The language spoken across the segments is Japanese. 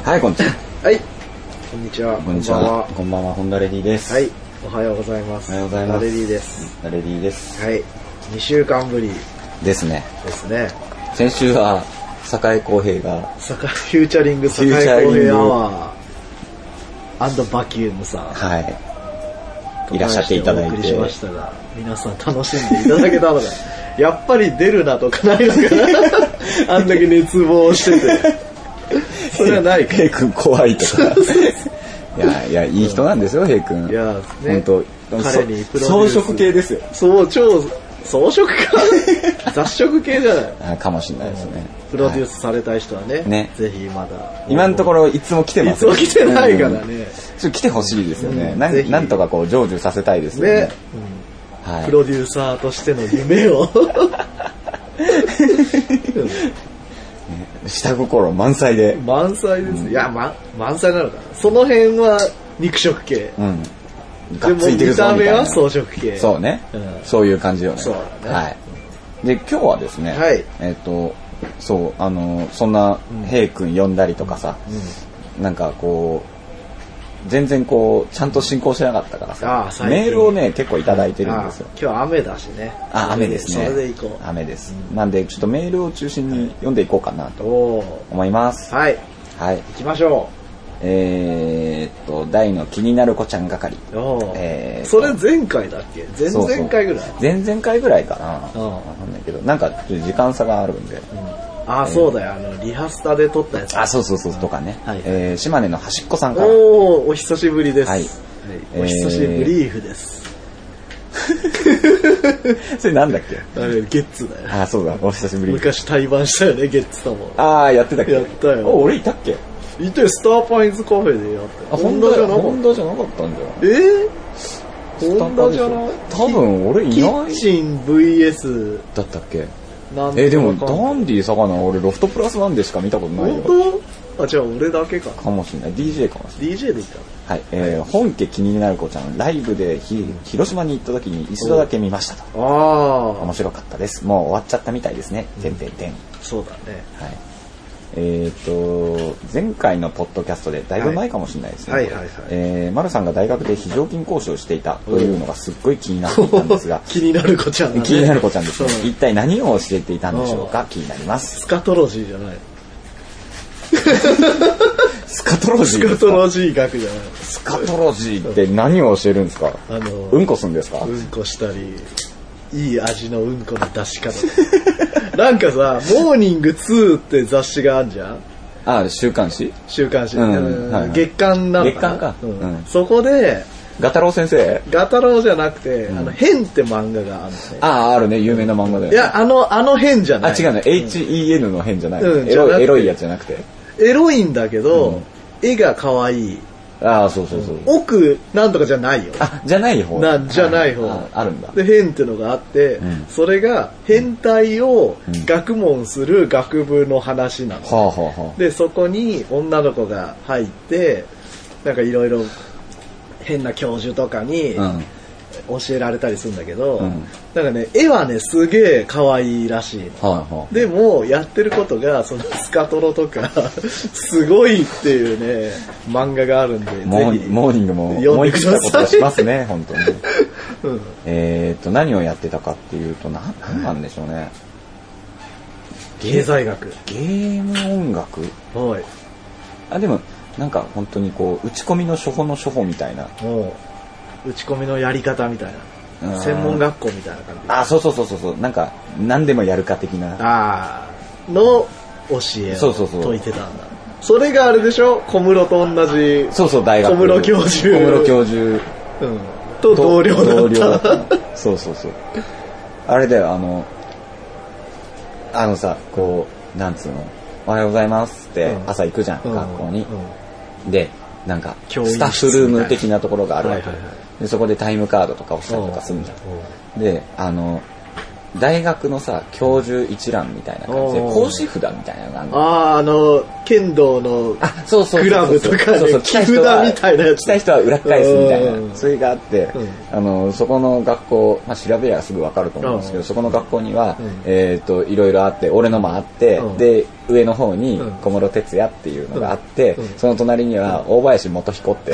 はい、こんにちは。 はい、こんにちは。 こんにちは。こんばんは、ホンダレディです。 はい、おはようございます。 おはようございます。 ホンダレディです。 ホンダレディです。 はい、2週間ぶりですね。 ですね。 先週は、坂井康平が、 フューチャリング坂井康平アワー&バキュームさん。 はい。いらっしゃっていただいて。お送りしましたが、皆さん楽しんでいただけたのか。やっぱり出るなとかないのかな。あんだけ熱望してて。それはないか。 ヘイ君怖いとか。いや、いい人なんですよ、ヘイ君。 いや、 ね。本当彼にプロデュース。装飾系ですよ。 そう、装飾か雑食系じゃないかもしれないですね。 プロデュースされたい人はね、ぜひまだ。 今のところいつも来てますね。いつも来てないからね。 ちょっと来てほしいですよね。なんとかこう成就させたいですよね。 プロデューサーとしての夢を。 下心満載で。 満載です。いや、満載なのかな。その辺は肉食系。でも見た目は装飾系。 そうね。そういう感じよね。 そうだね。 はい。で、今日はですね、 はい、 そう、そんな、ヘイ君呼んだりとかさ、なんかこう、全然こう、ちゃんと進行してなかったからさ、メールをね、結構いただいてるんですよ。 今日雨だしね。 雨ですね。 それでいこう。 雨です。なんで、ちょっとメールを中心に読んでいこうかなと思います。 はい。 はい。 行きましょう。 大の気になる子ちゃん係。 それ前回だっけ？前々回ぐらい？ 前々回ぐらいかな。わかんないけど、なんか時間差があるんで。 そうだよ。リハスタで撮ったやつ。 そうとかね。島根の端っこさんから。 お久しぶりです。はい。お久しぶりーフです。 それなんだっけ？ ゲッツだよ。 そうだ。お久しぶり。 昔対バンしたよね、ゲッツとも。 やってたっけ？ やったよ。 俺いたっけ？ いたよ、スターパインズカフェでやった。 ホンダじゃなかったんだよ。 ホンダじゃない？ 多分俺いない。 キッチン VS だったっけ？でもダンディ坂野俺ロフトプラスワンでしか見たことないよ。 本当？じゃあ俺だけか。 かもしれない。DJ かもしれない。 DJ でいた。 はい。本家気になる子ちゃんライブで広島に行った時に一度だけ見ましたと。面白かったです。もう終わっちゃったみたいですね。 そうだね。 はい。前回のポッドキャストでだいぶ前かもしれないですね。丸さんが大学で非常勤講師をしていたというのがすっごい気になっていたんですが。 気になる子ちゃんだね。 気になる子ちゃんですね。一体何を教えていたんでしょうか？気になります。 スカトロジーじゃない。 スカトロジー？ スカトロジー学じゃない。 スカトロジーって何を教えるんですか？うんこすんですか？ うんこしたり、いい味のうんこの出し方。なんかさ、モーニング2って雑誌があるじゃん。 週刊誌。 月刊なのかな。 月刊か。 そこで、 ガタロウ先生？ ガタロウじゃなくて、変って漫画があるのね。 あるね、有名な漫画だよ。 いや、あの変じゃない。 違うね、HEN の変じゃない。エロいやつじゃなくて。 エロいんだけど、絵が可愛い。 そう。 奥なんとかじゃないよ。 じゃない方。 じゃない方。 あるんだ。 で、変ってのがあって、それが変態を学問する学部の話なの。で、そこに女の子が入って、なんかいろいろ変な教授とかに教えられたりするんだけど、なんかね、絵はね、すげえ可愛いらしいの。でも、やってることが、そのスカトロとか、すごいっていうね、漫画があるんで、 モーニングも思い切ったことをしますね、本当に。何をやってたかっていうと、何なんでしょうね。 経済学。 ゲーム音楽？ はい。 でも、なんか本当にこう、打ち込みの初歩みたいな。 打ち込みのやり方みたいな。専門学校みたいな感じ。そう。なんか、何でもやるか的な。 の教えを解いてたんだ。それがあれでしょ？小室と同じ。 大学。 小室教授。と同僚だった。 そう。あれだよ、さ、こう、なんつうの、おはようございますって朝行くじゃん、学校に。で、なんか、スタッフルーム的なところがあるわけで、そこでタイムカードとか押したりとかするんじゃん。で、 大学のさ、教授一覧みたいな感じで、講師札みたいなのがあるの。 ああ、剣道のクラブとかで木札みたいなやつ。 来た人は裏返すみたいな、それがあって、そこの学校、まあ調べればすぐわかると思うんですけど、そこの学校には、いろいろあって、俺のもあって、で、上の方に小室哲哉っていうのがあって、その隣には大林元彦って、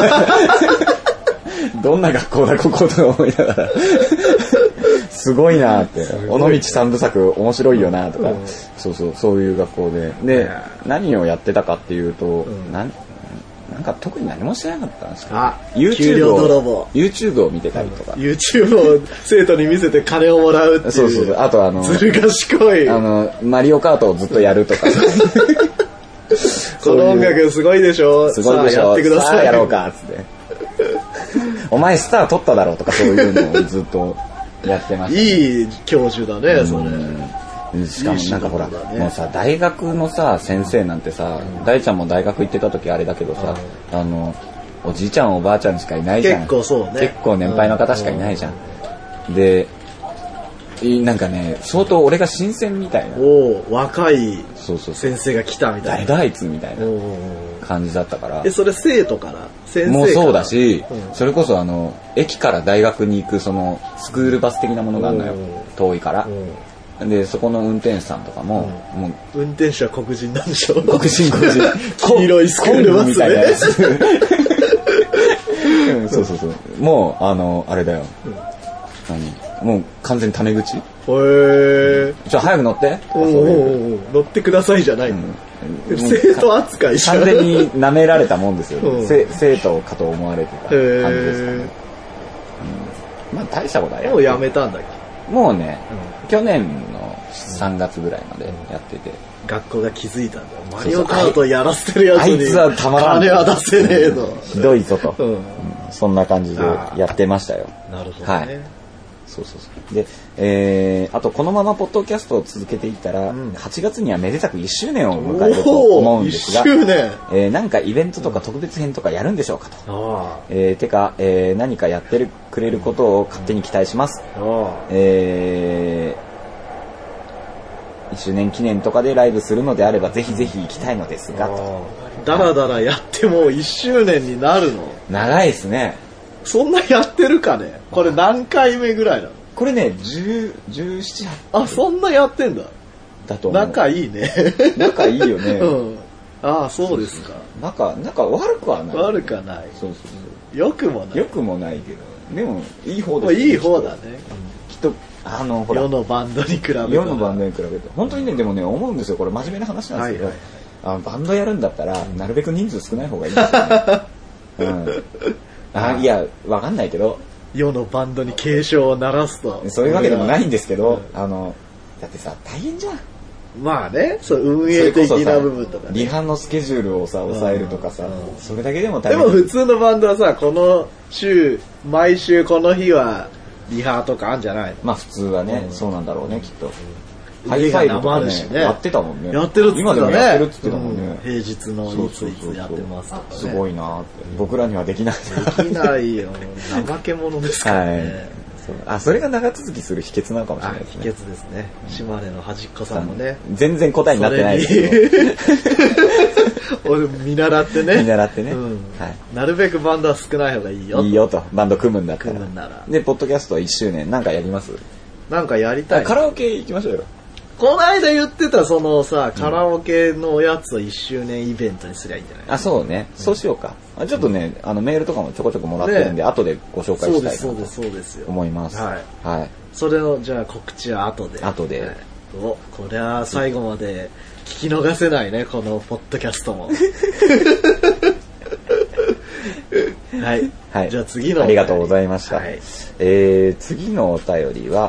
どんな学校だこことか思いながらすごいなって、尾道三部作面白いよなとか、そういう学校で、で何をやってたかっていうと、なんか特に何もしてなかったんですけど、YouTube を見てたりとか、 YouTube を生徒に見せて金をもらうっていう、 そうあとずる賢いマリオカートをずっとやるとかこの音楽すごいでしょ、 すごいでしょ、 さあやってください、 さあやろうかっつってお前スター取っただろうとか、そういうのをずっとやってました。 いい教授だね、それ。 しかもなんかほら、もうさ、大学のさ、先生なんてさ、大ちゃんも大学行ってた時あれだけどさ、おじいちゃんおばあちゃんしかいないじゃん。 結構そうね。 結構年配の方しかいないじゃん。で、なんかね、相当俺が新鮮みたいな。 若い先生が来たみたいな。 誰だあいつみたいな感じだったから。 それ生徒から先生からもうそうだし、それこそ駅から大学に行くそのスクールバス的なものがあるのよ。遠いから。で、そこの運転手さんとかも、もう運転手は黒人なんでしょ？ 黒人。 黄色いスクールバスみたいなやつ。 そう。もう、あれだよ。もう完全にタメ口？ 早く乗って。 乗ってくださいじゃないの。生徒扱いじゃん。 完全に舐められたもんですよ。生徒かと思われてた感じですかね。まあ大したことはもうやめたんだっけ？ もうね、去年の3月ぐらいまでやってて。 学校が気づいたんだ。マリオカートやらせてるやつにあいつはたまらん。 金は出せねえと。 ひどいぞと。そんな感じでやってましたよ。 なるほどね。はい。 そう。で、あとこのままポッドキャストを続けていったら、8月にはめでたく1周年を迎えると思うんですが、 1周年なんかイベントとか特別編とかやるんでしょうかと。てか、何かやってくれることを勝手に期待します。1周年記念とかでライブするのであればぜひぜひ行きたいのですがと。 だらだらやっても1周年になるの？ 長いですね。 そんなやってるかね？これ何回目ぐらいなの？ これね、17、 8。そんなやってんだ。 だと思う。 仲いいね。 仲いいよね。 そうですか。 仲悪くはない。 悪くはない。 そう。 良くもない。 良くもないけど。でも、いい方です。 いい方だね。 きっと、ほら。 世のバンドに比べて。 本当にね、でもね、思うんですよ。これ真面目な話なんですけど、バンドやるんだったら、なるべく人数少ない方がいいんですよね。いや、わかんないけど。 世のバンドに警鐘を鳴らすと。 そういうわけでもないんですけど、だってさ、大変じゃん。 まあね、運営的な部分とかね。 リハのスケジュールをさ、抑えるとかさ、それだけでも大変。 でも普通のバンドはさ、この毎週この日はリハとかあるんじゃないの？ まあ普通はね、そうなんだろうね、きっと。ハイファイブとかね、やってたもんね。 やってるっつってたね。 今でもやってるっつってたもんね。 平日のいついつやってますとかね。 すごいなって。僕らにはできない。 できないよ。怠け者ですからね。 それが長続きする秘訣なのかもしれないですね。 秘訣ですね。島根の端っこさんもね。 全然答えになってないですけど。俺見習ってね。なるべくバンドは少ない方がいいよ。 いいよと。バンド組むんだったら。 組むんなら。 で、ポッドキャスト1周年なんかやります？ なんかやりたい。 カラオケ行きましょうよ。 この間言ってたそのさ、カラオケのやつを1周年イベントにすりゃいいんじゃない？ そうね。そうしようか。ちょっとね、メールとかもちょこちょこもらってるんで、後でご紹介したいそうですよ。 思います。はい。 それの、じゃあ告知は後で。これは最後まで聞き逃せないね、このポッドキャストも。はい。じゃあ次の。 ありがとうございました。次のお便りは、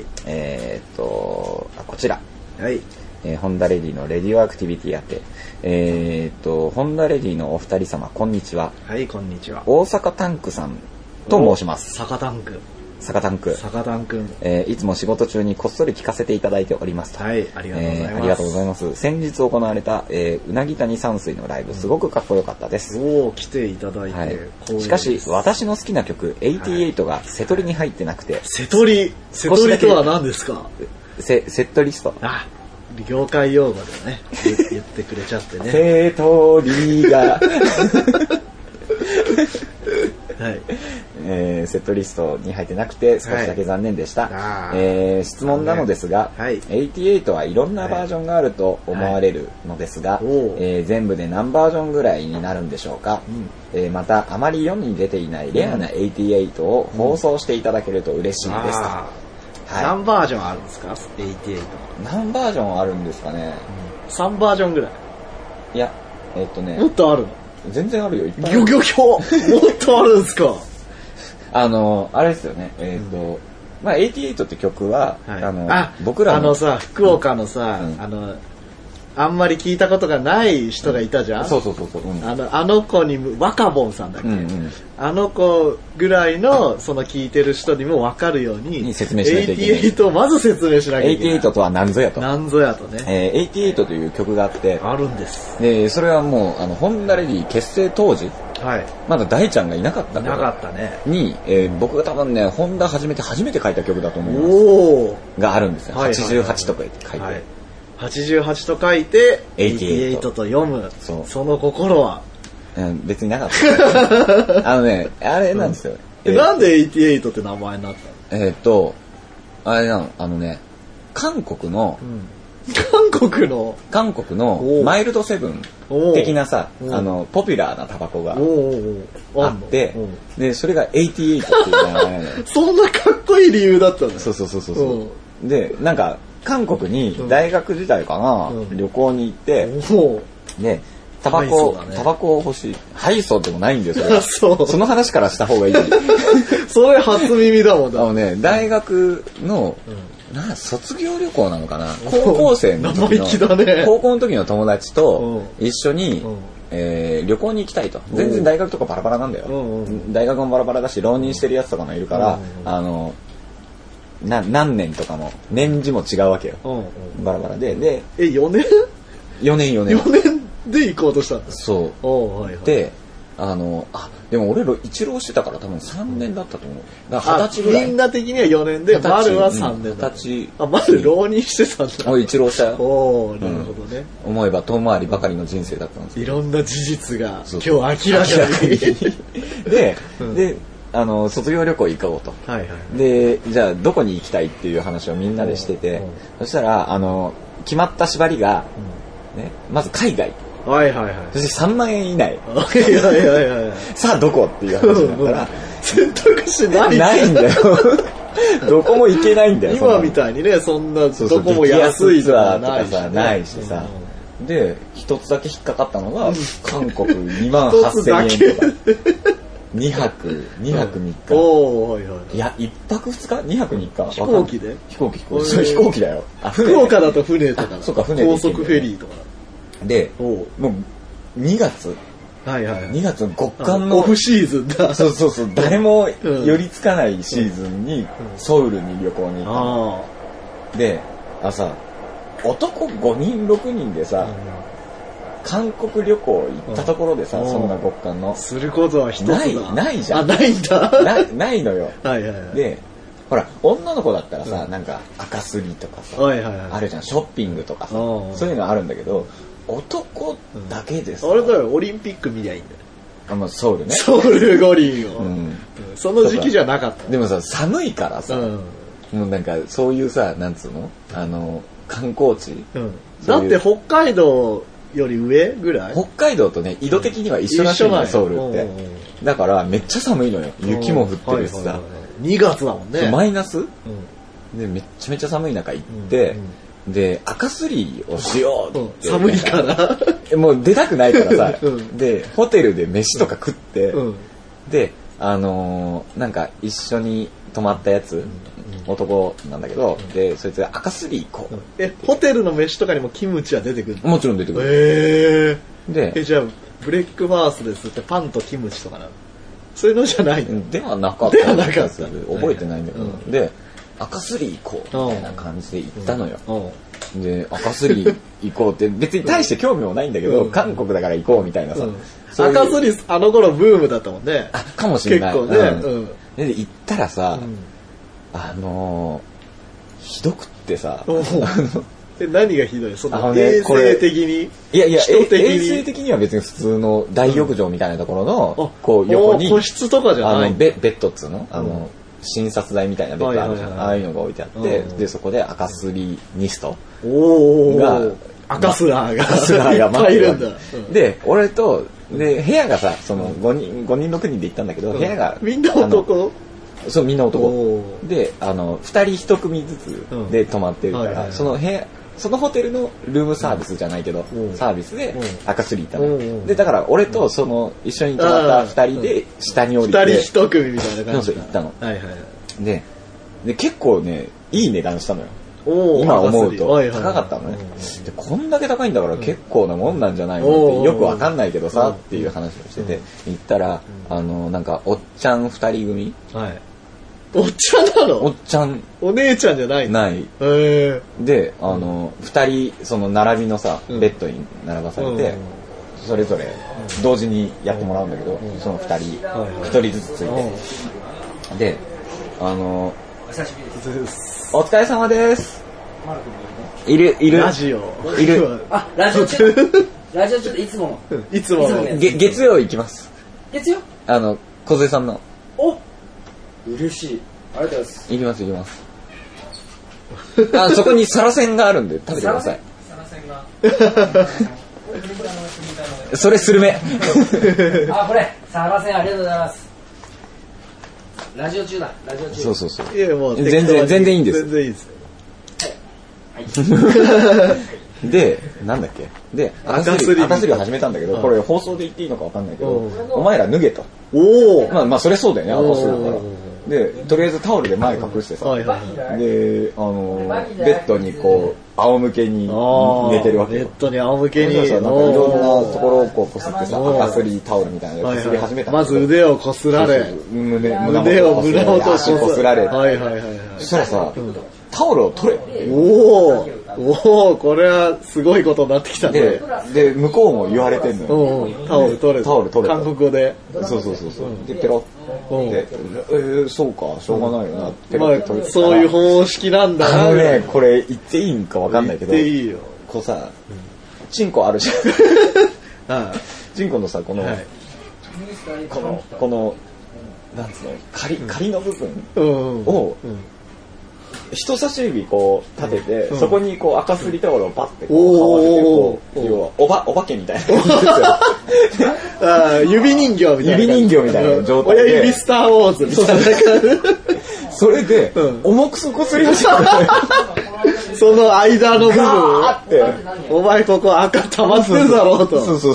こちら。ホンダレディのレディオアクティビティやって、ホンダレディのお二人様、こんにちは。 はい、こんにちは。 大阪タンクさんと申します。 坂タンク。 坂田くん。 坂田くん。 いつも仕事中にこっそり聞かせていただいておりますと。 はい、ありがとうございます。 ありがとうございます。先日行われた、うなぎ谷山水のライブ、すごくかっこよかったです。 おー、来ていただいて、はい、 しかし、私の好きな曲、88が瀬戸りに入ってなくて。 瀬戸りとは何ですか？ セットリスト。 あ、業界用語でね、言ってくれちゃってね。 瀬戸りが。 はい、 セットリストに入ってなくて少しだけ残念でした、はい、質問なのですが、はい、88はいろんなバージョンがあると思われるのですが、はい全部で何バージョンぐらいになるんでしょうか、またあまり世に出ていないレアな88を放送していただけると嬉しいですと、はい、 何バージョンあるんですか88？ 何バージョンあるんですかね、 3バージョンぐらい。 いやもっとあるの？ 全然あるよ、いっぱい。 もっとあるんですか？ あれですよね、まあ、88って曲は、 はい、 僕らのさ、福岡のさ、あんまり聞いたことがない人がいたじゃん、 そう、 あの子に若ボンさんだっけ、あの子ぐらいのその聞いてる人にも分かるように説明しなきゃいけない。 88をまず説明しなきゃいけない。 88とは何ぞやと。 何ぞやとね。 88という曲があって、 あるんです。 でそれはもうホンダレディ結成当時、 はい、 まだ大ちゃんがいなかったなかったねに、僕が多分ねホンダ初めて書いた曲だと思いますがあるんですよ。88とか書いて。はい、 88と書いて88と読む。その心は、 別になかったあれなんですよ、 なんで88って名前になったの？ あれなの、韓国のマイルドセブン的なさ、ポピュラーなタバコがあって、でそれが88っていう名前なのよ。 そんなかっこいい理由だったんだ。 そうでなんか韓国に大学時代かな、旅行に行って、でタバコを欲しい。ハイソーでもないんですよ。その話からした方がいい。 それ初耳だもんね。 大学の、卒業旅行なのかな、高校生の時の、高校の時の友達と一緒に、旅行に行きたいと。全然大学とかバラバラなんだよ。大学もバラバラだし、浪人してるやつとかもいるから、何年とかも年次も違うわけよ。バラバラで、 4年 ?4 年で行こうとしたんだ。 そう。で、でも俺ら一浪してたから多分3年だったと思う。だから20歳ぐらい。 みんな的には4年で、丸は3年だ。 20歳。 丸浪人してたんだ。 一浪したよ。 なるほどね。 思えば遠回りばかりの人生だったんですよ。いろんな事実が今日明らかに。 で、卒業旅行行こうと。で、じゃあどこに行きたいっていう話をみんなでしてて、そしたら、決まった縛りが、まず海外。そして3万円以内。さあどこっていう話だったら、 選択肢ないんだよ。どこも行けないんだよ。 今みたいにね、そんなどこも安いツアーとかさ、ないしさ。で、一つだけ引っかかったのが、韓国28,000円とか。2泊3日。いや、1泊2日 ?2 泊3日。 飛行機で？ 飛行機だよ。 福岡だと船とか。 そうか、船で。 高速フェリーとか。 で、もう2月。2月の極寒のオフシーズンだ。 そう。誰も寄りつかないシーズンにソウルに旅行に行ったの。で、男5人6人でさ、韓国旅行行ったところでさ、そんな極寒の。 することは一つだ。 ないじゃん。 ないんだ。 ないのよ。で、ほら、女の子だったらさ、なんか赤すりとかさ、あるじゃん、ショッピングとかさ、そういうのあるんだけど、男だけでさ、 あれだよ、オリンピック見りゃいいんだよ。 ソウルね。 ソウル五輪を。その時期じゃなかった。 でもさ、寒いからさ、もうなんかそういうさ、なんつうの観光地。 だって北海道より上ぐらい？ 北海道とね、緯度的には一緒らしいんだよ、ソウルって。だからめっちゃ寒いのよ。雪も降ってるしさ。 2月だもんね。 マイナスで、めっちゃめちゃ寒い中行って、で、赤すりをしようって。 寒いからもう出たくないからさ。で、ホテルで飯とか食って、で、なんか一緒に泊まったやつ、男なんだけど、で、そいつが赤すり行こう。 ホテルの飯とかにもキムチは出てくるの？ もちろん出てくる。 で、じゃあ、ブレックファーストですってパンとキムチとかなの？ そういうのじゃないではなかった。ではなかった。覚えてないんだけど。で、赤すり行こうみたいな感じで行ったのよ。で、赤すり行こうって別に大して興味もないんだけど、韓国だから行こうみたいなさ。 赤すりあの頃ブームだったもんね。 あ、かもしれない。 結構ね。 で、行ったらさ、ひどくってさ、 何がひどい？その衛生的に？ いや、衛生的には別に普通の大浴場みたいなところの、こう横に、 個室とかじゃない？ ベッドっつうの？診察台みたいなベッドあるじゃん。ああいうのが置いてあって、で、そこで赤すりニストが、 赤スラーが待ってるんだ。 で、俺と、で、部屋がさ、その5人6人で行ったんだけど、部屋が、 みんな男？ そう、みんな男。で、2人1組ずつで泊まってるから、そのホテルのルームサービスじゃないけど、サービスで赤すり行ったの。で、だから俺とその一緒に泊まった2人で下に降りて。 2人1組みたいな感じで行ったの。で、結構ね、いい値段したのよ。今思うと高かったのね。で、こんだけ高いんだから結構なもんなんじゃないのってよくわかんないけどさっていう話をしてて、行ったら、なんかおっちゃん2人組。 おっちゃんなの？ おっちゃん。 お姉ちゃんじゃないの？ ない。で、二人、その並びのさ、ベッドに並ばされて、それぞれ同時にやってもらうんだけど、その二人、一人ずつついて。で、お疲れ様です。いる。 ラジオ。 いる。 あ、ラジオちょっといつもの。 いつもの。 月曜行きます。 月曜？ 小杉さんの。 お、嬉しい。ありがとうございます。 行きます。そこにサラセンがあるんで食べてください。 サラセンが。 それスルメ。 あ、これサラセンありがとうございます。ラジオ中だ。 そう。 いやもう全然いいんです。 全然いいです。 はい。で、なんだっけ？で、赤すりを始めたんだけど、これ放送で言っていいのかわかんないけど、お前ら脱げと。まあそれそうだよね、赤すりだから。で、とりあえずタオルで前隠してさ、で、ベッドにこう、仰向けに寝てるわけよ。 ベッドに仰向けに。 いろんなところをこうこすってさ、赤すりタオルみたいなのをこすり始めた。 まず腕をこすられ。 胸を足こすられ。そしたらさ、タオルを取れっていう。 おお、これはすごいことになってきたね。 で、向こうも言われてんのよ。 タオル取れ。韓国語で。 そう。で、ペロって。そうか、しょうがないよな。ペロって取れ。 そういう方式なんだな。 これ言っていいんかわかんないけど。 言っていいよ。 こうさ、チンコあるじゃん。チンコのさ、この、なんつうの、仮の部分を、人差し指こう立てて、そこにこう赤すりタオルをパッてこう要はお化けみたいな指人形みたいな状態で親指スターウォーズみたいなそれで重くそこすり始めてその間の部分ってお前ここ赤溜まってるだろうとそう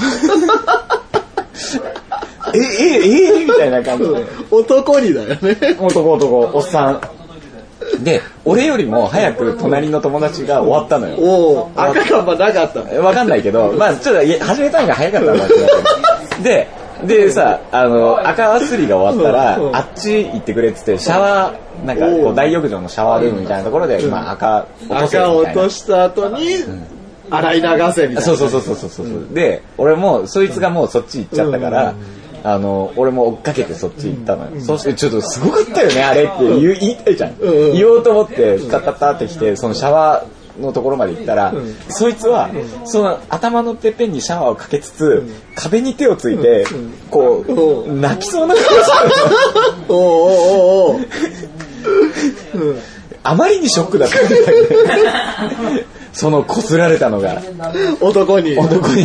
みたいな感じで男にだよね男おっさんで、俺よりも早く隣の友達が終わったのよ。 赤かもなかった。 わかんないけど、まあちょっと始めたのが早かったんだけど。でさ、赤すりが終わったら、あっち行ってくれって言って、シャワー、なんかこう大浴場のシャワールームみたいなところで、まあ赤落とした後に、洗い流せみたいな。 そう。で、俺も、そいつがもうそっち行っちゃったから、俺も追っかけてそっち行ったのよ。そしてちょっとすごかったよね、あれって言いたいじゃん。言おうと思って、カッタって来て、そのシャワーのところまで行ったら、そいつは、その頭のてっぺんにシャワーをかけつつ、壁に手をついて、こう、泣きそうな顔してあまりにショックだったみたいで。その擦られたのが男に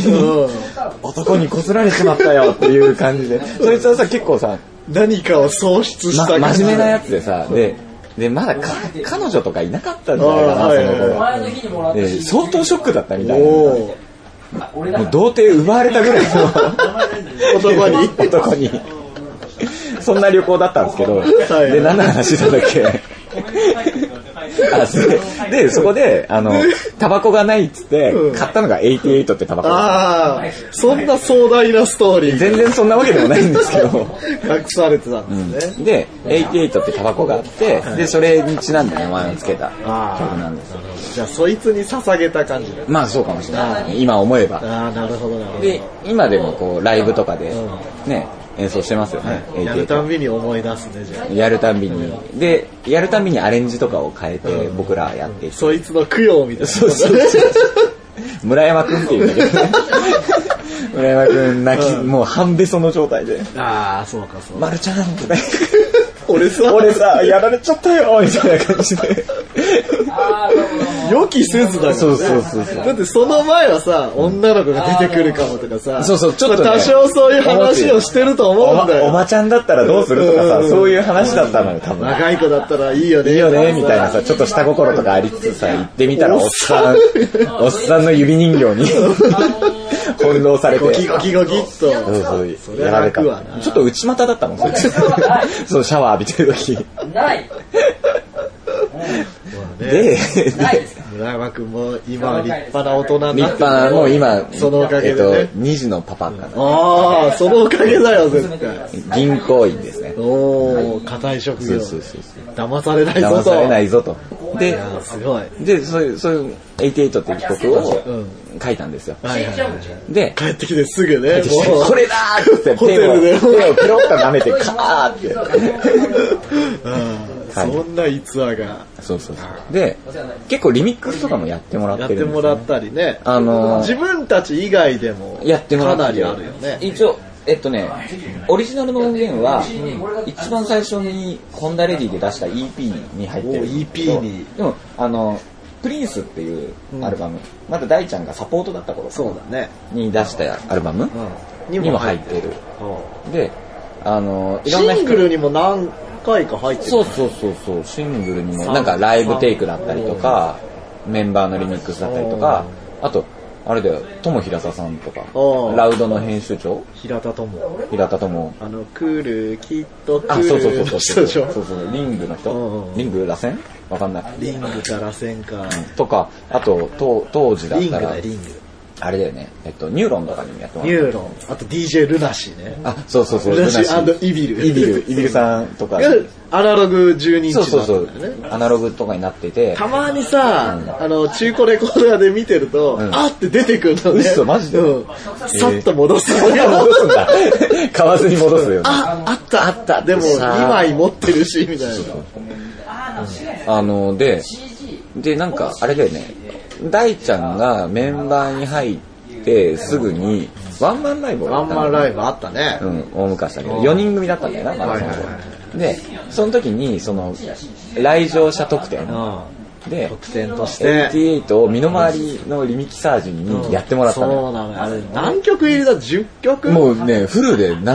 擦られちまったよっていう感じでそいつはさ結構さ何かを喪失した、 真面目なやつでさでまだ彼女とかいなかったんじゃないかなその頃で相当ショックだったみたいなもう童貞奪われたぐらいの男にそんな旅行だったんですけどで何の話だっけで、そこで、タバコがないっつって、買ったのが88ってタバコ。 ああ、そんな壮大なストーリー。 全然そんなわけでもないんですけど。 隠されてたんですね。 で、88ってタバコがあって、で、それにちなんで名前をつけた曲なんですよ。 じゃあ、そいつに捧げた感じだ。 まあ、そうかもしれない。今思えば。 ああ、なるほどなるほど。 で、今でもこう、ライブとかで、ね、演奏してますよね。 やるたんびに思い出すね、じゃあ。 やるたんびに。で、やるたんびにアレンジとかを変えて、僕らやっていて。 そいつの供養みたいな。 そう。村山くんっていうんだけどね。村山くん泣き、もう半べその状態で。 ああ、そうか。 まるちゃんってね。 俺さ、 やられちゃったよみたいな感じで。 予期せずだからね。 そう。 だってその前はさ、女の子が出てくるかもとかさ、 そう、ちょっと、ね、 多少そういう話をしてると思うんだよ。 おばちゃんだったらどうするとかさ、そういう話だったのよ、多分。 若い子だったらいいよね。 みたいなさ、ちょっと下心とかありつつさ、行ってみたらおっさんの指人形に翻弄されて。 ゴキゴキっと。 そう、やられた。ちょっと内股だったもん、そいつ。そう、シャワー浴びてる時。 ないで、 村山くんも今立派な大人になって、 立派な、もう今、 そのおかげでね。 2児のパパかな。 ああ、そのおかげだよ、絶対。 銀行員ですね。 おー、固い職業。 そう。 騙されないぞと。 騙されないぞと。で、 すごい。 で、そういう88っていう曲を書いたんですよ。で、 帰ってきてすぐね、 これだーってホテルで手をペロッと舐めてカーって。 そんな逸話が。 そう。で、結構リミックスとかもやってもらってるんですよ。 やってもらったりね。自分たち以外でもやってもらってかなりあるよね。 一応、オリジナルの音源は、一番最初にホンダレディで出した EP に入ってる。 EP に。 でも、プリンスっていうアルバム、まだ大ちゃんがサポートだった頃そうだねに出したアルバムにも入ってる。で、いろんなシングルにも何回か入ってる。 そう。シングルにもなんかライブテイクだったりとか、メンバーのリミックスだったりとか、あと、あれだよ、友平田さんとか、ラウドの編集長平田友。 クール、きっとクール。 そう、リングの人リング螺旋わかんない。 リングか螺旋か。 とか、あと、当時だったら、 リング。 あれだよね、ニューロンとかにもやってもらニューロン。あと DJ ルナシーね。 あ、そう。 ルナシー&イビルさんとか。 アナログ12インチそう。アナログとかになってて。 たまにさ、中古レコーダーで見てると、あって出てくるのね。 嘘、マジでさっと戻す。 戻すんだ。買わずに戻すよね。 あった。でも2枚持ってるし、みたいな。で、なんか、あれだよね。大ちゃんがメンバーに入ってすぐにワンマンライブをやったの。 ワンマンライブあったね。 大昔だけど、4人組だったんだよな、まだその頃。で、その時に、来場者特典で、 特典として、 88を身の回りのリミキサージュにやってもらったの。 そうなのよ。あれ、何曲入りだ ?10 曲もうね、フルで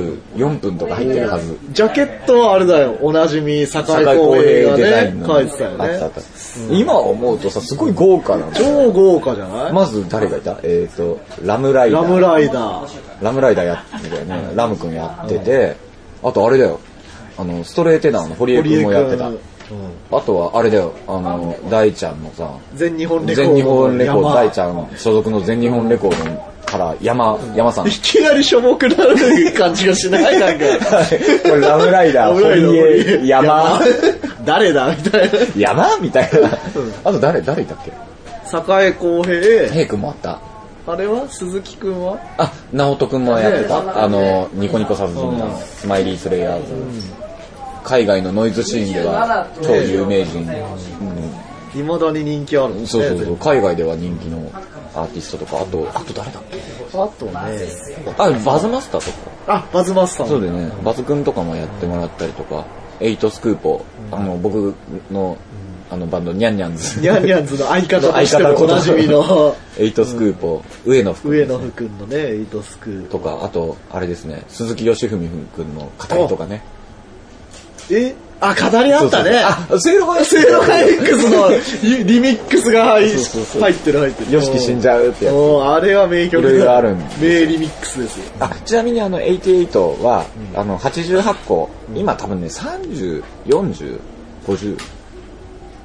74分とか入ってるはず。 ジャケットはあれだよ、おなじみ、坂井公平がね、書いてたよね。 今思うとさ、すごい豪華なの。 超豪華じゃない？ まず誰がいた？ラムライダーやってたよね。ラム君やってて、あとあれだよ、ストレーテナーの堀江君もやってた。あとはあれだよ、大ちゃんのさ、 全日本レコード大ちゃん所属の全日本レコードから山さん。 いきなりしょぼくなる感じがしないなんか。 ラムライダー、堀江、山。 誰だみたいな。 山みたいな。あと誰いたっけ？ 坂井公平。 平君もあった。 あれは鈴木くんは？ 直人くんもやってた。ニコニコ殺人団、スマイリースレイヤーズ。海外のノイズシーンでは超有名人。 未だに人気あるんですね。 そう。海外では人気のアーティストとか、あと誰だっけ？ あとね。 バズマスターとか。 バズマスター。 そうだよね。バズくんとかもやってもらったりとか、エイトスクーポー、僕のバンドニャンニャンズ。 ニャンニャンズの相方としてもおなじみの。 エイトスクーポー、上野福君のね、エイトスクーポー。 とか、あと、あれですね、鈴木義文君の語りとかね。 語りあったね。 セイロガ X のリミックスが入ってる。 ヨシキ死んじゃうってやつ。 あれは名曲だ。 いろいろあるんで。 名リミックスですよ。 ちなみに88は、88個、今多分ね、30、40、50。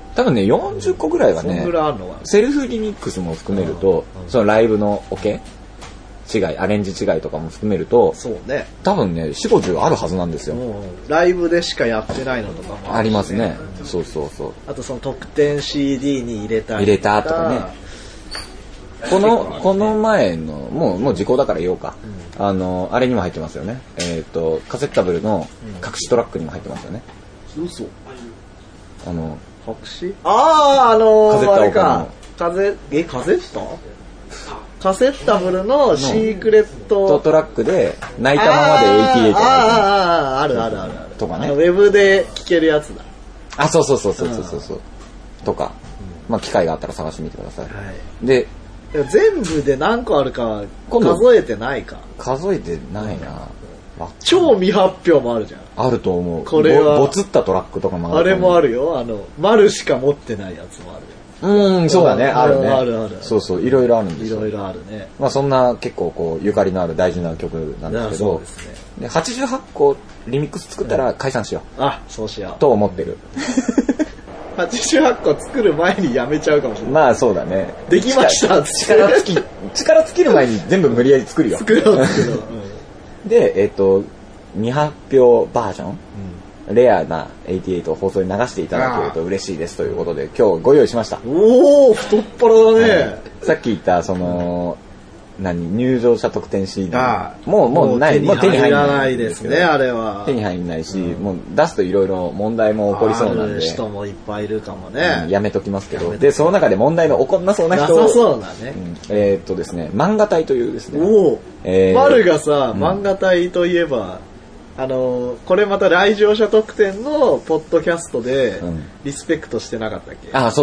多分ね、40個ぐらいはね、セルフリミックスも含めると、そのライブのオケ違い、アレンジ違いとかも含めると、 そうね。 多分ね、4、50あるはずなんですよ。 ライブでしかやってないのとかもありますね。そうそうそう。 あとその特典 CD に入れたとかね。この前の、もう時効だから言おうか。あれにも入ってますよね。カセッタブルの隠しトラックにも入ってますよね。 嘘。隠し？ カセッタあれか。カセッタ？カセッタブルのシークレットトラックで泣いたままで88 あるとかね。 ウェブで聴けるやつだ。 あ、そう。とか、まあ機会があったら探してみてください。で、 全部で何個あるか数えてないか。 数えてないな。 超未発表もあるじゃん。 あると思う。 これはボツったトラックとかもある。あれもあるよ。丸しか持ってないやつもある。 そうだね、あるね。 ある。 そう、いろいろあるんですよ。 いろいろあるね。 まあそんな結構こうゆかりのある大事な曲なんですけど、そうですね。で88個リミックス作ったら解散しよう。 そうしよう。 と思ってる。 88個作る前にやめちゃうかもしれない。 まあそうだね。 できました力尽きる前に全部無理やり作るよ。 作ろう。 で、未発表バージョン、レアな88を放送に流していただけると嬉しいですということで今日ご用意しました。 おー、太っ腹だね。 さっき言ったその入場者特典 CD もうない、もう手に入らないですね。あれは手に入らないし、もう出すといろいろ問題も起こりそうなんで人もいっぱいいるかもね。 やめときますけど、でその中で問題の起こんなそうな人なさそうだね。 ですね、漫画隊というですね、 丸がさ、漫画隊といえばこれまた来場者特典のポッドキャストでリスペクトしてなかったっけ？ そう、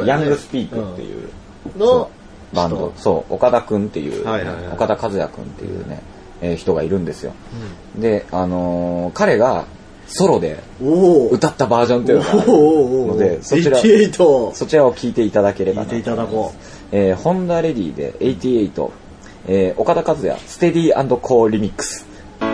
ヤングスピークっていうのバンド、そう、岡田くんっていう、岡田和也くんっていうね、人がいるんですよ。で、彼がソロで歌ったバージョンっていうのがあるので、そちらを聴いていただければな。 聴いていただこう。ホンダレディで88、岡田和也ステディ&コーリミックス。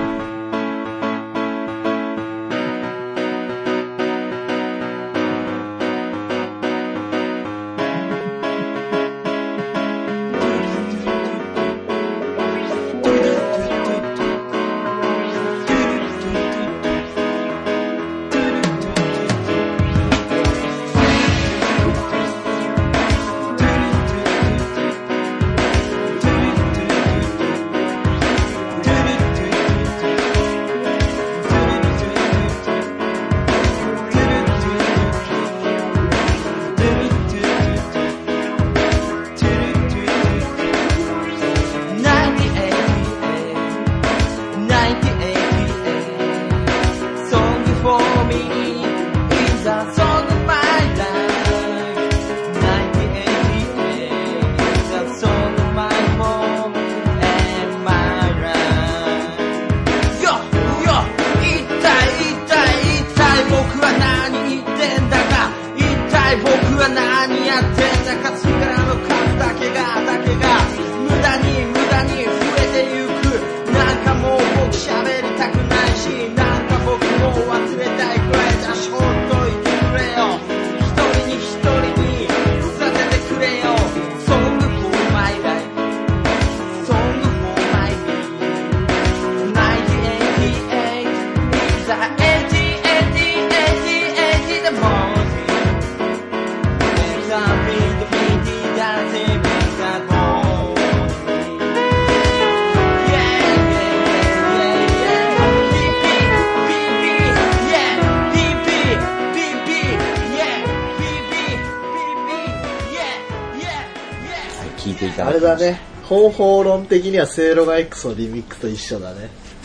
あれだね、方法論的にはセイロガ X のリミックスと一緒だね。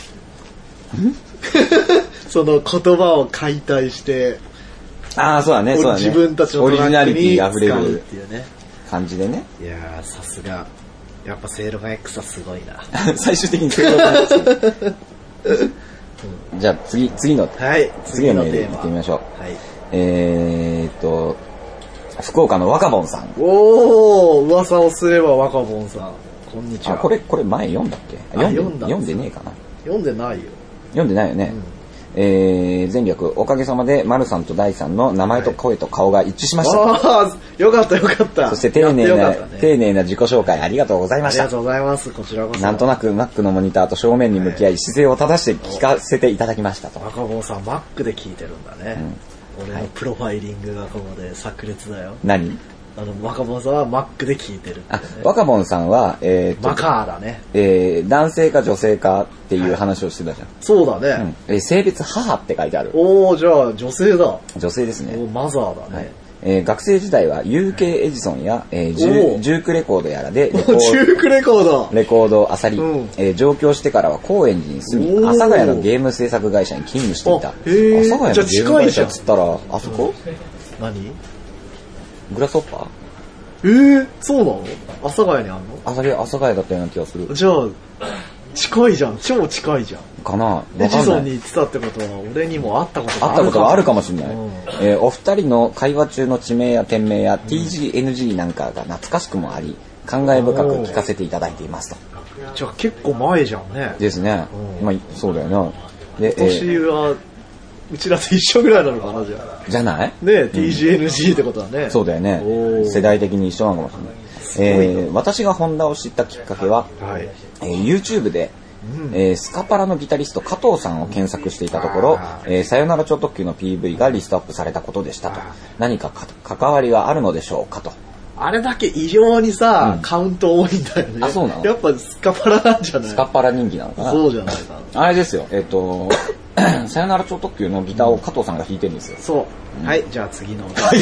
その言葉を解体してそうだね、 自分たちのオリジナリティあふれるっていうね感じでね。 いやー、さすがやっぱセイロガ X はすごいな。 最終的にセイロガ X じゃあ次のメールいってみましょう。福岡の若本さん。 噂をすれば若本さん、こんにちは。 これ前読んだっけ？読んでねえかな。 読んでないよ。 読んでないよね。 前略おかげさまで丸さんと大さんの名前と声と顔が一致しました。 ああ、よかったよかった。 そして丁寧な自己紹介ありがとうございました。 ありがとうございます。こちらこそ。 なんとなく Mac のモニターと正面に向き合い、姿勢を正して聞かせていただきましたと。 若坊さん Mac で聞いてるんだね。俺のプロファイリングがここで炸裂だよ。 何？ 若坊さんは Mac で聞いてる、ね。 若坊さんは、 マカーだね。 男性か女性かっていう話をしてたじゃん。 そうだね。 性別母って書いてある。 おー、じゃあ女性だ。 女性ですね。 マザーだね。 学生時代は UK エジソンや、ジュークレコードやらでジュークレコードレコードを漁り、上京してからは高円寺に住み、阿佐ヶ谷のゲーム制作会社に勤務していた。阿佐ヶ谷のゲーム会社っつったら、あそこ？ 何？ グラスホッパー？ そうなの？阿佐ヶ谷にあんの？ 阿佐ヶ谷だったような気がする。 じゃあ、近いじゃん。超近いじゃん。 かな？ エジソンに行ってたってことは、俺にも会ったことがあるかもしれない。お二人の会話中の地名や店名や TGNG なんかが懐かしくもあり、感慨深く聞かせていただいていますと。 じゃあ結構前じゃんね。 ですね。まあ、そうだよな。で、 年は、うちらと一緒ぐらいなのかな、じゃあ。 じゃない？ ね、TGNG ってことはね。 そうだよね。世代的に一緒なのかもしれない。私がホンダを知ったきっかけは、YouTube で、スカパラのギタリスト加藤さんを検索していたところ、さよなら超特急の PV がリストアップされたことでしたと。何か関わりがあるのでしょうかと。 あれだけ異常にさ、カウント多いんだよね。 あ、そうなの？ やっぱスカパラなんじゃない？ スカパラ人気なのかな？ そうじゃないかな。 あれですよ、さよなら超特急のギターを加藤さんが弾いてるんですよ。 そう。はい、じゃあ次の。 はい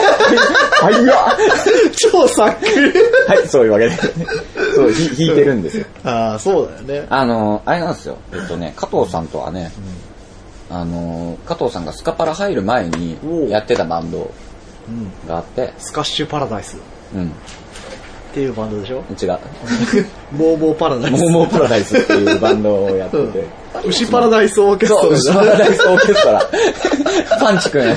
超サック。 はい、そういうわけで。そう、弾いてるんですよ。 ああ、そうだよね。 あれなんですよ。加藤さんとはね、加藤さんがスカパラ入る前にやってたバンドがあって、 スカッシュパラダイス。っていうバンドでしょ？ 違う。 モーモーパラダイス。 モーモーパラダイスっていうバンドをやってて。 牛パラダイスオーケストラ。 そう、牛パラダイスオーケストラ。パンチくん。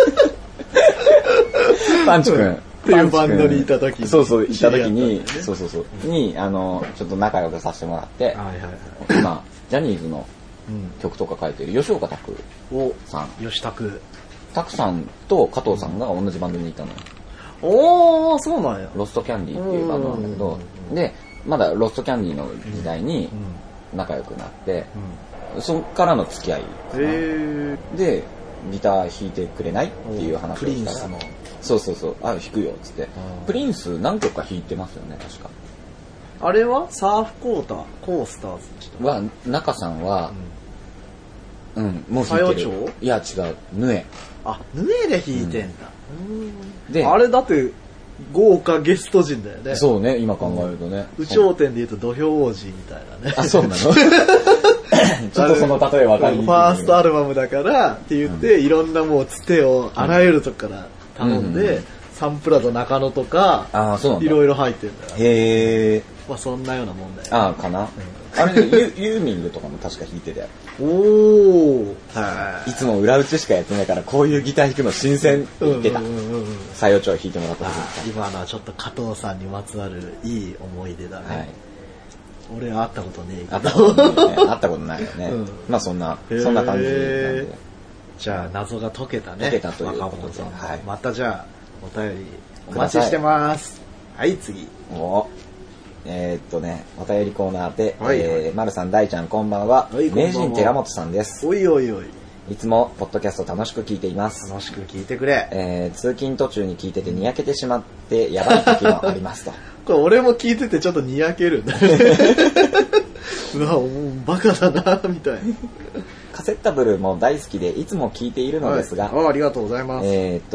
パンチくん。 っていうバンドにいた時に。 そう、いた時に、そう。に、ちょっと仲良くさせてもらって、今、ジャニーズの曲とか書いてる吉岡拓さん。 吉拓。 拓さんと加藤さんが同じバンドにいたのよ。 おー、そうなんや。 ロストキャンディーっていうバンドなんだけど、で、まだロストキャンディーの時代に仲良くなって、そっからの付き合いで、ギター弾いてくれないっていう話をしたら、そう、弾くよっつって、プリンス何曲か弾いてますよね、確か。 あれはサーフコースターズは、中さんは、もう弾いてる。いや、違う、ヌエ。 あ、ヌエで弾いてんだ。 で、 あれだって豪華ゲスト陣だよね。 そうね、今考えるとね。 有頂天で言うと土俵王子みたいなね。 あ、そうなの？ちょっとその例え分かりにくい。 ファーストアルバムだからって言って、いろんなもうつてをあらゆるとこから頼んで、サンプラザ中野とか、いろいろ入ってるんだよ。 へー。 まあそんなようなもんだよ。 ああ、かな。あれね、ユーミングとかも確か弾いてたよ。 おー。 いつも裏打ちしかやってないから、こういうギター弾くの新鮮って言ってた。採用帳弾いてもらった時に。今のはちょっと加藤さんにまつわるいい思い出だね。俺は会ったことねえけど。 会ったことないよね。まあそんな感じなんで。 じゃあ謎が解けたね。 解けたということで。 またじゃあ、お便りお待ちしてます。はい、次。 お便りコーナーで、丸さん、大ちゃん、こんばんは。名人寺本さんです。 おいおいおい。 いつも、ポッドキャスト楽しく聞いています。 楽しく聞いてくれ。 通勤途中に聞いててにやけてしまって、やばい時もありますと。 これ、俺も聞いててちょっとにやけるんだ。うわ、もうバカだな、みたいな。 カセッタブルも大好きでいつも聞いているのですが、 ありがとうございます。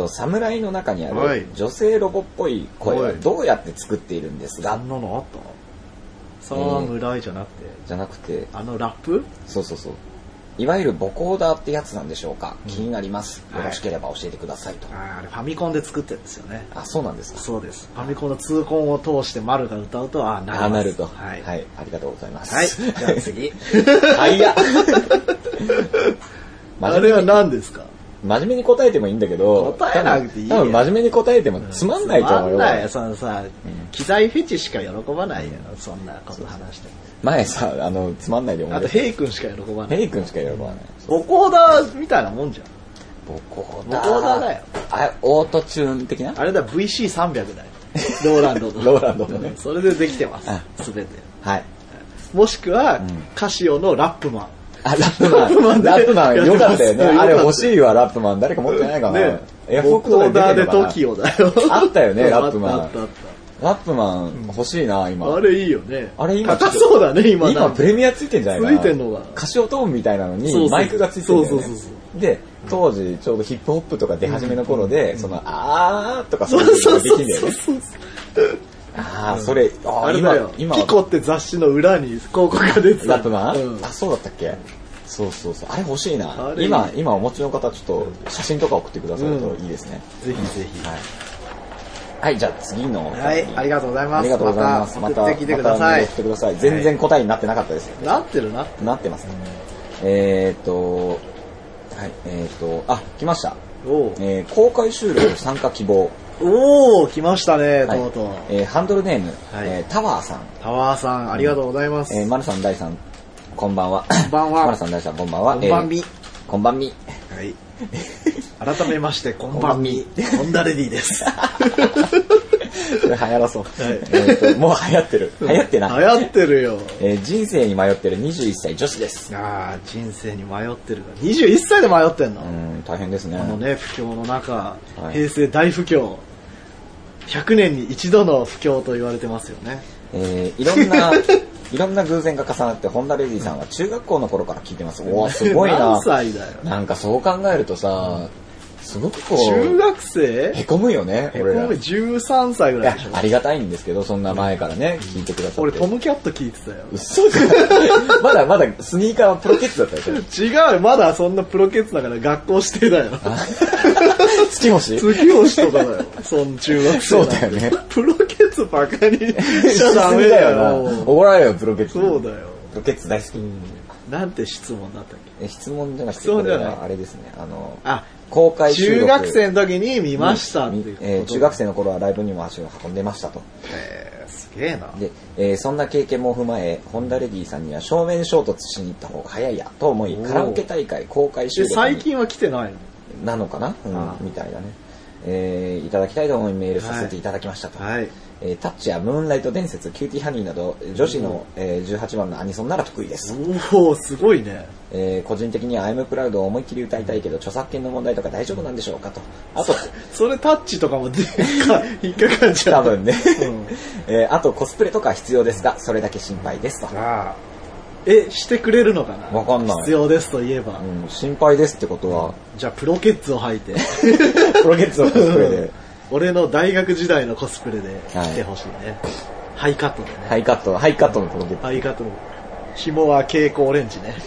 侍の中にある女性ロボっぽい声はどうやって作っているんですが、 そんなのあった？侍じゃなくて、ラップ？ そう。いわゆるボコーダーってやつなんでしょうか？気になります。よろしければ教えてくださいと。 あれファミコンで作ってるんですよね。 あ、そうなんですか？ そうです。ファミコンの痛恨を通して丸が歌うと、 なると。はい、ありがとうございます。 はい、じゃあ次。 はいや。 あれは何ですか？ 真面目に答えてもいいんだけど、 答えなくていいよ。 多分真面目に答えてもつまんないと思うよ。 つまんないよ、そのさ、機材フェチしか喜ばないよ、そんなこと話して。 前さ、つまんないで思う。 あと、ヘイ君しか喜ばない。 ヘイ君しか喜ばない。 ボコーダーみたいなもんじゃん。 ボコーダーだよ。 あれ、オートチューン的な？ あれだ、VC300 だよ。ローランドの。 ローランドのね。 それでできてます。すべて。 はい。 もしくは、カシオのラップマン。 ラップマンよかったよね。あれ欲しいわ、ラップマン。誰か持ってないかな。 ボコーダーで TOKIO だよ。 あったよね、ラップマン。 あった。 ラップマン欲しいな、今。 あれいいよね。 あれ今高そうだね、今。 今プレミアついてんじゃないかな。 ついてんのが。 カシオトーンみたいなのにマイクがついてるんだよね。で、当時ちょうどヒップホップとか出始めの頃で、その、あーとかそういうのができんだよね。あー、それ、 あれだよ。ピコって雑誌の裏に広告が出てた。 ラップマン？あ、そうだったっけ？そう。あれ欲しいな。今お持ちの方ちょっと写真とか送ってくださるといいですね。 ぜひぜひ。 はい、じゃあ次の。 はい、ありがとうございます。 ありがとうございます。 また送ってきてください。 全然答えになってなかったです。 なってるなってますね。はい、来ました。公開収録参加希望。 おー、来ましたね、とうとう。 ハンドルネーム、タワーさん。 タワーさん、ありがとうございます。 マルさん、大さん、こんばんは。 こんばんは。 マルさん、大さん、こんばんは。 こんばんみ。 こんばんみ。 はい。改めまして、こんばんみ。ホンダレディです。 これ流行らそう。もう流行ってる。流行ってない。 流行ってるよ。 人生に迷ってる21歳女子です。 ああ、人生に迷ってる。21歳で迷ってんの？ 大変ですね。 不況の中、平成大不況。100年に一度の不況と言われてますよね。 いろんな偶然が重なって、ホンダレディさんは中学校の頃から聞いてます。おー、すごいな。 何歳だよ。 なんかそう考えるとさ、すごくこう中学生へこむよね。 俺ら13歳ぐらいでしょ。 ありがたいんですけど、そんな前からね聞いてくださって。 俺トムキャット聞いてたよ。 嘘じゃん。まだスニーカーはプロケッツだったでしょ。 違う、まだそんなプロケッツだから学校してだよ。 月星とかだよ。そん中学生。 そうだよね。 プロケッツバカにしちゃダメだよな。 怒られるよプロケッツ。 そうだよ。 プロケッツ大好き。 なんて質問だったっけ？ 質問じゃなくて、これはあれですね。 公開収録。中学生の時に見ましたっていうこと。 中学生の頃はライブにも足を運んでましたと。 すげえな。 で、そんな経験も踏まえ、ホンダレディさんには正面衝突しに行った方が早いやと思い、カラオケ大会公開収録に。 最近は来てないの？ なのかな？みたいだね。いただきたいと思いメールさせていただきましたと。タッチやムーンライト伝説、キューティーハニーなど女子の18番のアニソンなら得意です。 おお、すごいね。 個人的には I'm Proud を思いっきり歌いたいけど著作権の問題とか大丈夫なんでしょうかと。あとそれタッチとかも引っかかっちゃう。 多分ね。あとコスプレとか必要ですがそれだけ心配ですと。 してくれるのかな。 わかんない。 必要ですと言えば。 心配ですってことは。 じゃあプロケッツを履いて。 プロケッツをコスプレで。 俺の大学時代のコスプレで来てほしいね。ハイカットでね。 ハイカットのプロケッツ。 ハイカットの。紐は蛍光オレンジね。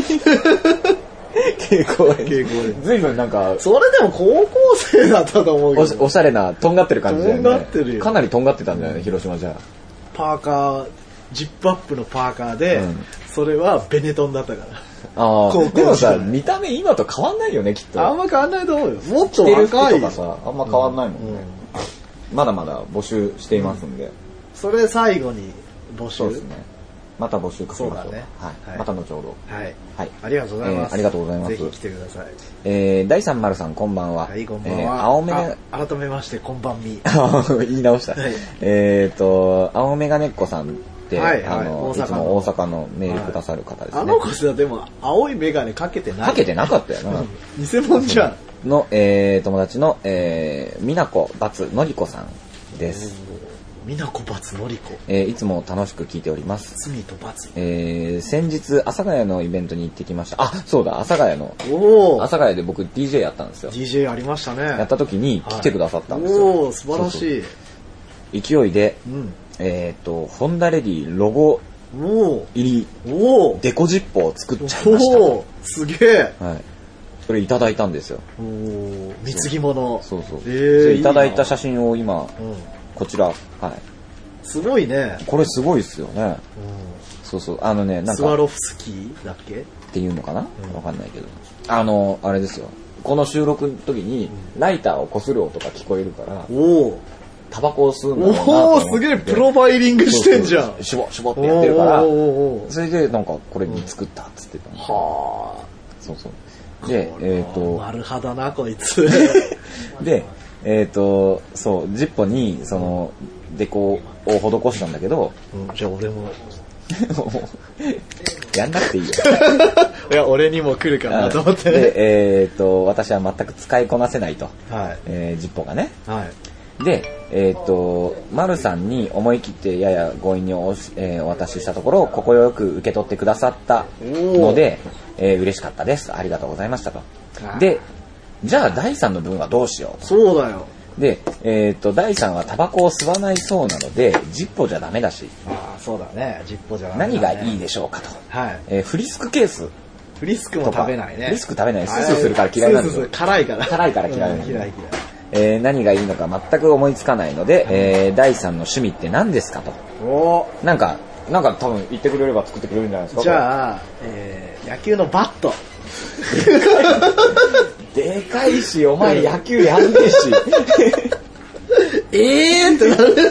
蛍光オレンジ。随分なんか。 それでも高校生だったと思うけど。 おしゃれな、とんがってる感じだよね。 とんがってるよ。 かなりとんがってたんだよね、広島じゃ。 パーカー、ジップアップのパーカーで、それはベネトンだったから。 でもさ、見た目今と変わんないよね、きっと。 あんま変わんないと思うよ。もっと若いとかさ、あんま変わんないもんね。まだまだ募集していますんで。 それ最後に募集。 そうですね。また募集かけましょう。 そうだね。 また後ほど。 はい。ありがとうございます。 ありがとうございます。 ぜひ来てください。 第3丸さん、こんばんは。 はい、こんばんは。 青メガ改めまして、こんばんみ。 言い直した。青メガネっ子さん。いつも大阪のメールくださる方ですね。 あの子さ、でも青いメガネかけてない。 かけてなかったよな。 偽物じゃん。 の、友達の、みなこ×のりこさんです。 みなこ×のりこ。 いつも楽しく聞いております。 罪と×。 先日、阿佐ヶ谷のイベントに行ってきました。あ、そうだ、阿佐ヶ谷の。阿佐ヶ谷で僕 DJ やったんですよ。 DJ ありましたね。 やった時に来てくださったんですよ。 おー、素晴らしい。 勢いで、ホンダレディロゴ入りデコジッポを作っちゃいました。 すげえ。 はい。それいただいたんですよ。 貢ぎ物。 そう。いただいた写真を今、こちら、はい。 すごいね。 これすごいっすよね。そう。なんか。 スワロフスキーだっけっていうのかなわかんないけど。あれですよ。 この収録の時にライターを擦る音が聞こえるから、タバコを吸うんだろうなと思って。 すげえプロファイリングしてんじゃん。 シュボシュボってやってるから、それでなんかこれに作ったっつってたんで。はあ。そうそう。で、 丸派だなこいつ。 で、そう、ジッポにそのデコを施したんだけど、 じゃあ俺もやんなくていいよ。 いや俺にも来るかなと思って。 で、私は全く使いこなせないと。 はい。 ジッポがね。 はい。 で、丸さんに思い切ってやや強引にお渡ししたところ、快く受け取ってくださったので、嬉しかったです。ありがとうございましたと。で、じゃあ第3の分はどうしようと。 そうだよ。 で、第3はタバコを吸わないそうなので、ジッポじゃダメだし。 ああ、そうだね。ジッポじゃダメだね。 何がいいでしょうかと。 はい。 フリスクケース。 フリスクも食べないね。 フリスク食べない。スースーするから嫌いなんですよ。 辛いから。 辛いから嫌いなんですよ。 嫌い。 何がいいのか全く思いつかないので、第3の趣味って何ですかと。なんか多分言ってくれれば作ってくれるんじゃないですか。 じゃあ、野球のバット。 でかいし、お前野球やんねえし。 ってなる。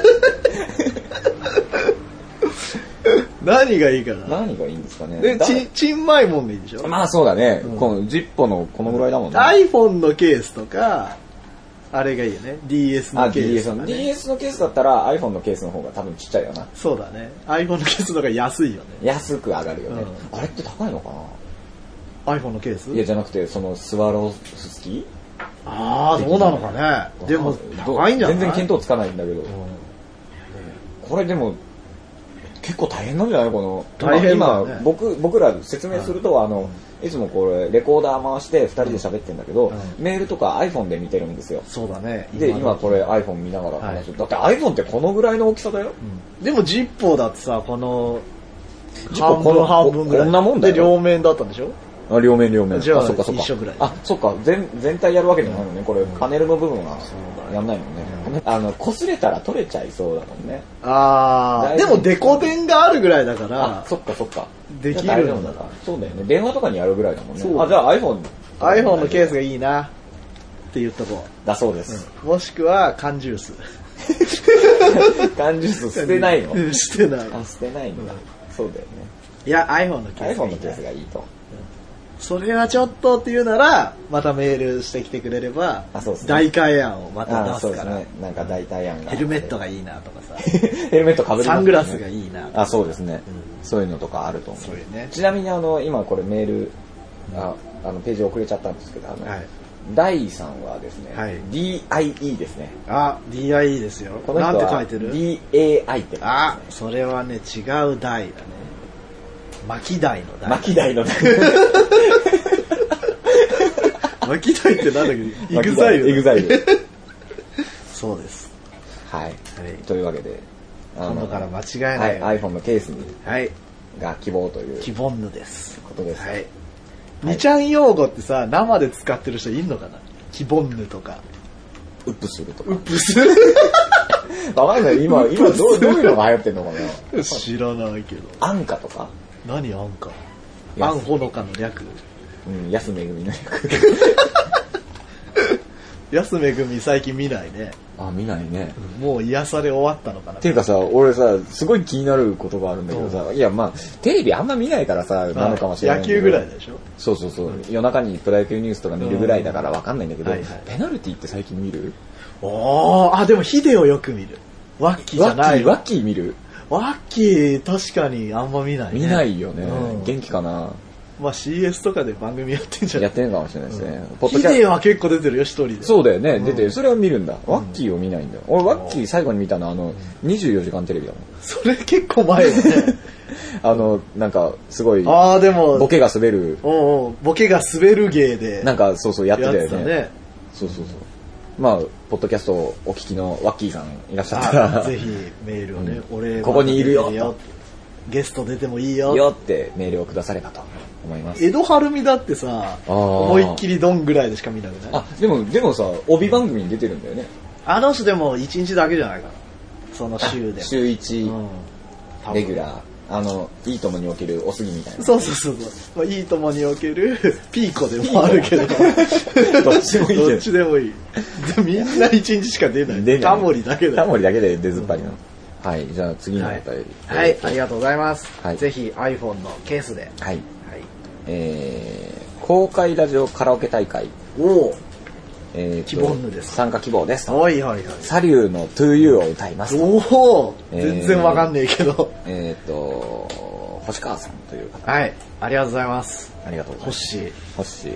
何がいいかな。 何がいいんですかね。 で、チンマイもんでいいでしょ。 まあそうだね。このジッポのこのぐらいだもんね。 iPhone のケースとか、あれがいいよね。DS のケース、ね。 DS のケースだったら iPhone のケースの方が多分ちっちゃいよな。 そうだね。iPhone のケースの方が安いよね。 安く上がるよね。あれって高いのかな ?iPhone のケース？ いや、じゃなくて、そのスワロフスキー？ ああ、どうなのかね。でも、高いんじゃない？ 全然見当つかないんだけど。これでも、結構大変なんじゃないこの。 大変だね。 今、僕ら説明すると、いつもこれ、レコーダー回して2人で喋ってるんだけど、メールとか iPhone で見てるんですよ。 そうだね。 で、今これ iPhone 見ながら話す。だって iPhone ってこのぐらいの大きさだよ。 でもジッポーだってさ、この、半分ぐらい。 こんなもんだよ。 で、両面だったんでしょ？ 両面。 じゃあ、 そっか。 一緒ぐらい。 そっか。全体やるわけじゃないのね。これ、パネルの部分はやんないもんね。擦れたら取れちゃいそうだもんね。でもデコ弁があるぐらいだから。 そっか。 できるんだから。 そうだよね。電話とかにやるぐらいだもんね。じゃあ iPhone のケースがいいなって言っとこう。だそうです。 もしくは缶ジュース。 缶ジュース捨てないの？ 捨てない。 捨てないんだ。そうだよね。 いや、iPhone のケースがいいと。 それはちょっとっていうなら、またメールしてきてくれれば、代替案をまた出すから。 なんか代替案が。 ヘルメットがいいなとかさ。 ヘルメット被る。 サングラスがいいな。 そうですね。そういうのとかあると思う。ちなみに今これメール、ページ遅れちゃったんですけど、第3はですね、DIE ですね。 DIE ですよ。なんて書いてる？ DAI って。 それはね、違う台だね。巻き台の台。 巻き台の台。 巻き台ってなんだっけ？イグザイル。そうです。 はい。というわけで、 今度から間違いない。 iPhone のケースにが希望という。 希望ぬです。 ことです。 はい。2ちゃん用語ってさ、生で使ってる人いんのかな？希望ぬとか。 ウップするとか。 ウップする？ わかんない。今どういうのが流行ってんのかな？ 知らないけど。 アンカとか？ 何アンカ？アンホノカの略？ 安めぐみの略。 安めぐみ最近見ないね。 見ないね。 もう癒され終わったのかな。 っていうかさ、俺さ、すごい気になることがあるんだけどさ、いやテレビあんま見ないからさ、なのかもしれない野球ぐらいでしょ？ そう。夜中にプロ野球ニュースとか見るぐらいだからわかんないんだけど、ペナルティって最近見る？ でもヒデをよく見る。ワッキーじゃない。 ワッキー見る？ ワッキー確かにあんま見ないね。 見ないよね。元気かな？ CS とかで番組やってんじゃん。 やってんかもしれないですね。 ヒデは結構出てるよ、一人で。 そうだよね、出てる。それは見るんだ。ワッキーを見ないんだよ。俺ワッキー最後に見たのは24時間テレビだもん。 それ結構前だね。 なんかすごいでもボケが滑る。 ボケが滑る芸で。 なんかそうやってたよね。そう。ポッドキャストをお聞きのワッキーさんいらっしゃったらぜひメールをね、俺ここにいるよ。 ゲスト出てもいいよってメールをくださればと思います。 江戸晴美だってさ、思いっきりドンぐらいでしか見なくない？ でもさ、帯番組に出てるんだよね。 あの人でも1日だけじゃないかな。その週で。 週1レギュラいいともにおけるおすぎみたいな。 そう。まあ、いいともにおけるピーコでもあるけど。 どっちもいい。 どっちでもいい。みんな1日しか出ない。タモリだけで。 タモリだけで出ずっぱりの。はい。じゃあ次のお便り。 はい。ありがとうございます。ぜひ iPhone のケースで。 はい。公開ラジオカラオケ大会。 希望のです。 参加希望です。 はい。 サリューの To You を歌います。 全然わかんねえけど。 星川さんという方。 はい。ありがとうございます。 ありがとうございます。 星。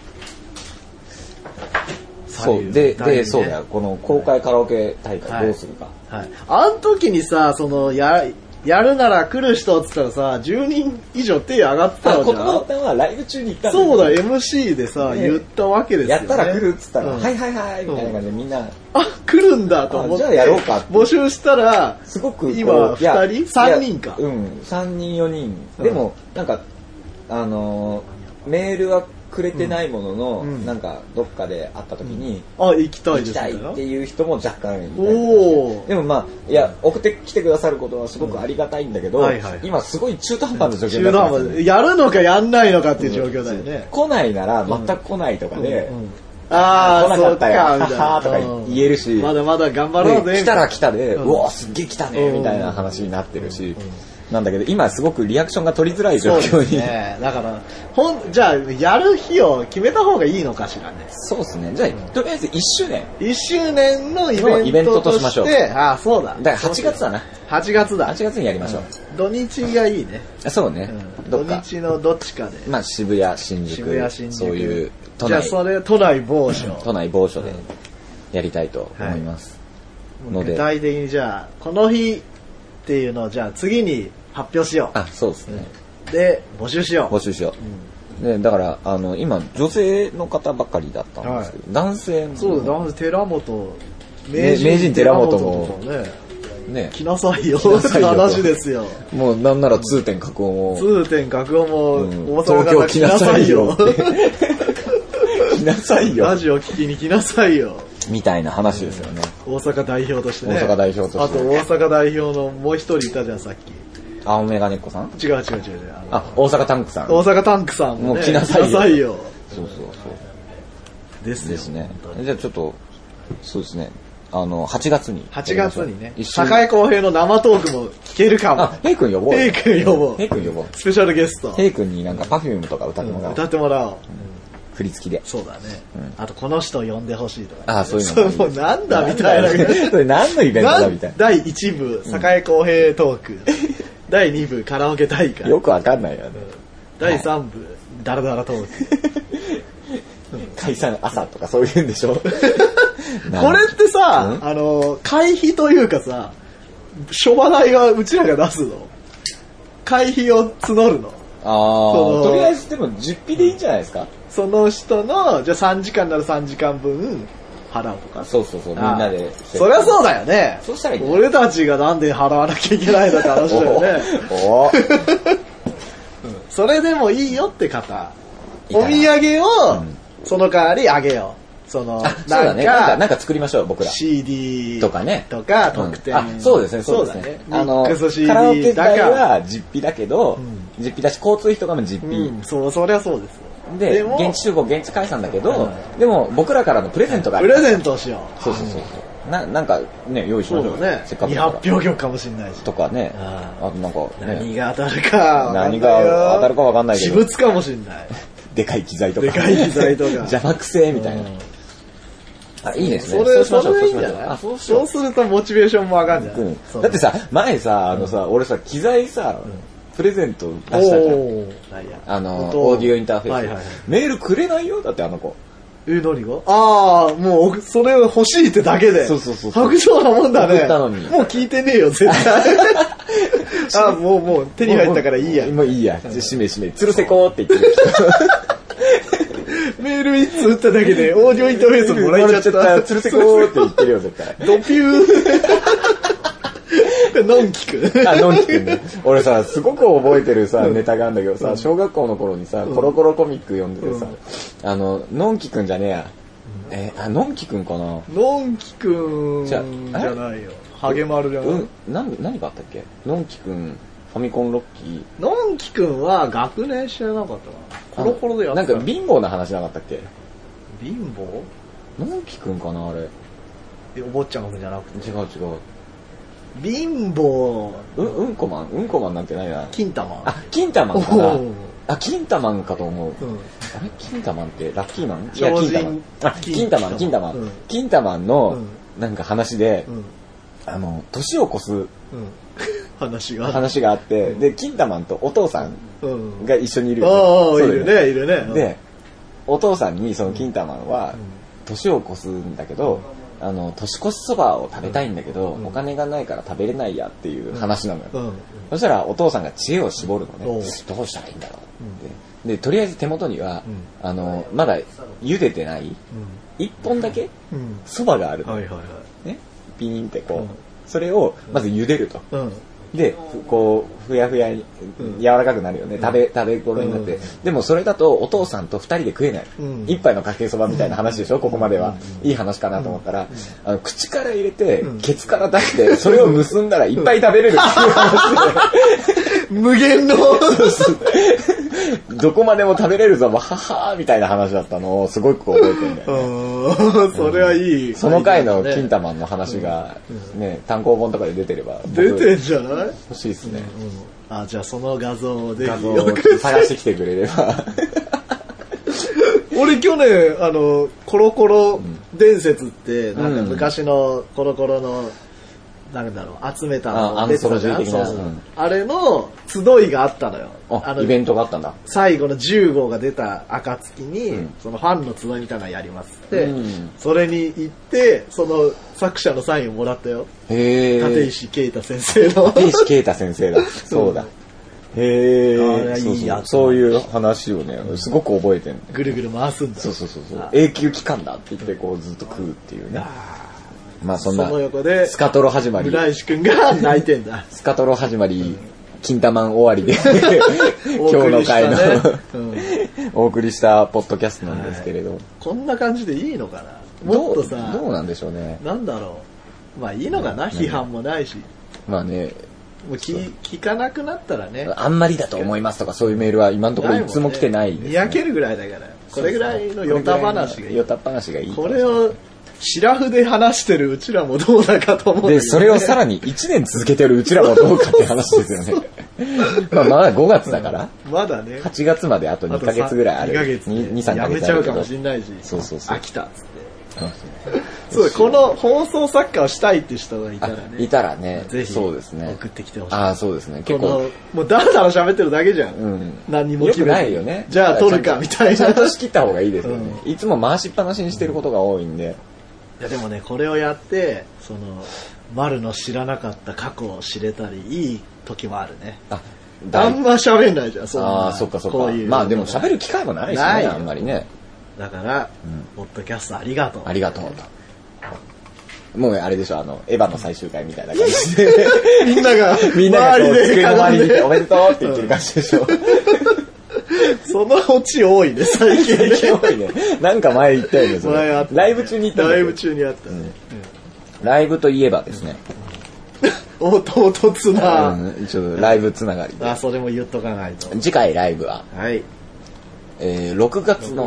そう。で、そうだよ。この公開カラオケ大会どうするか。 はい。あの時にさ、やるなら来る人って言ったらさ、10人以上手上がってたわけじゃん。 このはライブ中に言ったんだよ。そうだ、MC でさ、言ったわけですよね。 やったら来るっつったら、はいみたいな感じでみんな。 来るんだと思って。 じゃあやろうか。 募集したら、 すごく今、2人 ?3 人か。 3人、4人。でも、なんか、メールはくれてないものの、なんかどっかで会った時に、 行きたいですね。 行きたいっていう人も若干いる。でもまあ、いや、送ってきてくださることはすごくありがたいんだけど、今すごい中途半端な状況になってます、 やるのかやんないのかっていう状況だよね。 来ないなら全く来ないとかで、来なかったよ、ははとか言えるし、 まだまだ頑張ろうね。 来たら来たで、うわ、すっげえ来たね、みたいな話になってるし、なんだけど、今すごくリアクションが取りづらい状況に。 だから、じゃあ、やる日を決めた方がいいのかしらね。 そうですね。じゃあ、とりあえず1周年。 1周年のイベントとしましょう。そうだ。 だから8月だな。 8月だ。 8月にやりましょう。 土日がいいね。 そうね。 土日のどっちかで。 まあ、渋谷、新宿。そういう、 じゃあ、それ、都内某所。 都内某所でやりたいと思います。 具体的にじゃあ、この日っていうのを、じゃあ次に発表しよう。 そうですね。 で、募集しよう。で、だから、今、女性の方ばっかりだったんですけど、男性も。 そうだ、男性、寺本、 名人寺本も、 ね、来なさいよって話ですよ。 もうなんなら通天閣も。 通天閣も、大阪から来なさいよ。 来なさいよ。 ラジオ聞きに来なさいよ。 みたいな話ですよね。 大阪代表としてね。 大阪代表として。 あと大阪代表のもう一人いたじゃん、さっき。 青メガネっ子さん？ 違う。 大阪タンクさん。 大阪タンクさんも来なさいよ。 そう。ですね。 じゃあちょっと、そうですね。8月に。 8月にね。坂井公平の生トークも聞けるかも。 ヘイ君呼ぼう。 ヘイ君呼ぼう。スペシャルゲスト。 ヘイ君になんか Perfume とか歌ってもらおう。 歌ってもらおう。 振り付きで。 そうだね。あとこの人を呼んでほしいとか。 そういうの。 もうなんだみたいな。 それ何のイベントだみたいな。 第1部、坂井公平トーク。第2部、カラオケ大会。 よくわかんないよね。第 3部、ダラダラトーク。 解散朝とかそういうんでしょ。これってさ、会費というかさ、諸払いはうちらが出すの？会費を募るの？ とりあえずでも実費でいいんじゃないですか？ その人の、じゃあ3時間なら3時間分払うとか。 そうみんなで。 そりゃそうだよね。 そうしたらいい。 俺たちがなんで払わなきゃいけないのって話だよね。それでもいいよって方。お土産を、その代わりあげよう。 そうだね。なんか作りましょう、僕ら。 CD とかね。 とか、特典。 そうですね。カラオケ代は実費だけど、実費だし、交通費とかも実費。 そりゃそうですよ。 で、現地集合、現地解散だけど、でも僕らからのプレゼントがある。 プレゼントをしよう。 そう。なんかね、用意しましょうね。せっかく未発表曲かもしれないし。 とかね。あとなんか、 何が当たるか。 何が当たるかわかんないけど。 私物かもしれない。 でかい機材とか。邪魔くせえみたいな。いいですね。 そうしましょう。そうするとモチベーションも上がるんじゃない？ だってさ、前さ、俺さ、機材さ、プレゼント出したじゃん。オーディオインターフェース。メールくれないよ、だってあの子。 何が？もう、それ欲しいってだけで。 そう。 白状なもんだね。 送ったのに。 もう聞いてねえよ、絶対。もう手に入ったからいいや。 もういいや。しめ。つるせこーって言ってる。 メール1つ打っただけで、オーディオインターフェースもらえちゃった。 つるせこーって言ってるよ、絶対。 ドピュー。のんきくん。 のんきくんね。俺さ、すごく覚えてるさ、ネタがあるんだけどさ、小学校の頃にさ、コロコロコミック読んでてさ、のんきくんじゃねえや。のんきくんかな？ のんきくんじゃないよ。ハゲマルじゃない？ 何があったっけ？のんきくん、 ファミコンロッキー。 のんきくんは学年知らなかったな。コロコロでやってた。 なんか貧乏な話なかったっけ？ 貧乏？ のんきくんかなあれ。 お坊ちゃんじゃなくて。 違う。 貧乏。 うんこマンなんてないな。 金玉。 あ、金玉かな。あ、金玉かと思う。あれ金玉ってラッキーマン？いや、金玉。金玉の、なんか話で、年を越す、 話があって、で、金玉とお父さんが一緒にいるよね。いるね。 で、お父さんにその金玉は、年を越すんだけど、年越しそばを食べたいんだけど、お金がないから食べれないやっていう話なのよ。そしたらお父さんが知恵を絞るのね。どうしたらいいんだろうって。で、とりあえず手元には、まだ茹でてない、一本だけそばがあるの。ね。ピーンってこう、それをまず茹でると。で、こう、ふやふやに、柔らかくなるよね。食べ頃になって。でもそれだとお父さんと二人で食えない。一杯のかけそばみたいな話でしょ、ここまでは。いい話かなと思ったら、口から入れて、ケツから出して、それを結んだらいっぱい食べれるっていう話で。 無限のどこまでも食べれるぞ、ははーみたいな話だったのをすごく覚えてるんだよね。 それはいい。 その回の金玉の話が、ね、単行本とかで出てれば。 出てんじゃない？ 欲しいですね。 じゃあその画像をぜひ探してきてくれれば。 俺去年、コロコロ伝説って、なんか昔のコロコロの、なんだろう、集めたの出てたじゃん。あれの集いがあったのよ。 イベントがあったんだ。 最後の10号が出た暁に、そのファンの集いみたいなのやりますって、それに行って、その作者のサインをもらったよ。立石啓太先生の。 立石啓太先生だ。そうだ。そういう話をね、すごく覚えてる。 ぐるぐる回すんだ。 そう。永久期間だって言ってこうずっと食うっていうね。まあそんな、 その横でスカトロ始まり。 村石くんが泣いてんだ。 スカトロ始まり、金玉終わりで、今日の回のお送りしたポッドキャストなんですけれど。 こんな感じでいいのかな？もっとさ、 どうなんでしょうね。 なんだろう。まあいいのかな、批判もないし。 まあね、 もう聞かなくなったらね。 あんまりだと思いますとかそういうメールは今のところいつも来てないですね。 にやけるぐらいだから。これぐらいのヨタ話がいい。 ヨタ話がいい。 これをシラフで話してるうちらもどうだかと思う、 で、それをさらに1年続けてるうちらもどうかって話ですよね。まだ5月だから。 まだね。 8月まであと2ヶ月ぐらいある。 2、3ヶ月。やめちゃうかもしれないし。 そう。 飽きたっつって。そう、この放送作家をしたいって人がいたらね。 いたらね、 ぜひそうですね。 送ってきてほしい。 そうですね。結構。 もうだらだら喋ってるだけじゃん。何も決めないよね。 じゃあ撮るかみたいな。 ちゃんと仕切った方がいいですよね。いつも回しっぱなしにしてることが多いんで。 いやでもね、これをやって、丸の知らなかった過去を知れたり、いい時もあるね。あんま喋んないじゃん、そっか。まあでも喋る機会もないしね、あんまりね。 だから、ポッドキャストありがとう。 ありがとうと。もうあれでしょ、エヴァの最終回みたいな感じで。 みんなが机の周りにおめでとうって言ってる感じでしょ。 そのオチ多いね、最近ね。 多いね。なんか前言ったよね、それ。ライブ中に言った。 ライブ中にあったね。 ライブといえばですね。 弟つな。 ちょっとライブつながりで。 それも言っとかないと。 次回ライブは、6月の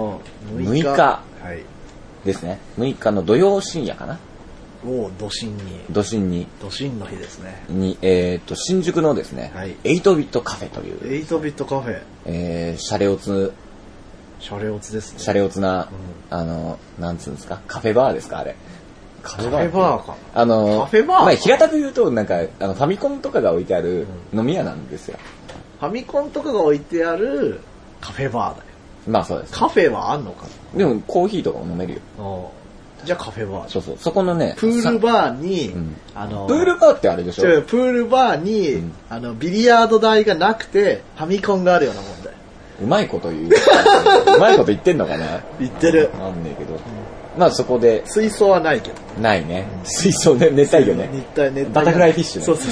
6日ですね。6日の土曜深夜かな。 土深に。 土深の日ですね。 に、新宿のですね、8ビットカフェという。 8ビットカフェ。 シャレオツですね。 シャレオツな、なんつうんですか、カフェバーですか、あれ。 カフェバーか。 カフェバーまあ、平たく言うと、なんか、ファミコンとかが置いてある飲み屋なんですよ。 ファミコンとかが置いてあるカフェバーだよ。 まあそうです。 カフェはあんのかな？ でも、コーヒーとかも飲めるよ。 じゃあカフェバー。 そう。そこのね、 プールバーに、 プールバーってあれでしょ？ プールバーに、ビリヤード台がなくて、ファミコンがあるようなもんだよ。 うまいこと言う。うまいこと言ってんのかな？ 言ってる。 なんねえけど。まあそこで。 水槽はないけど。 ないね。水槽ね、熱帯魚ね。 熱帯バタフライフィッシュね。 そう。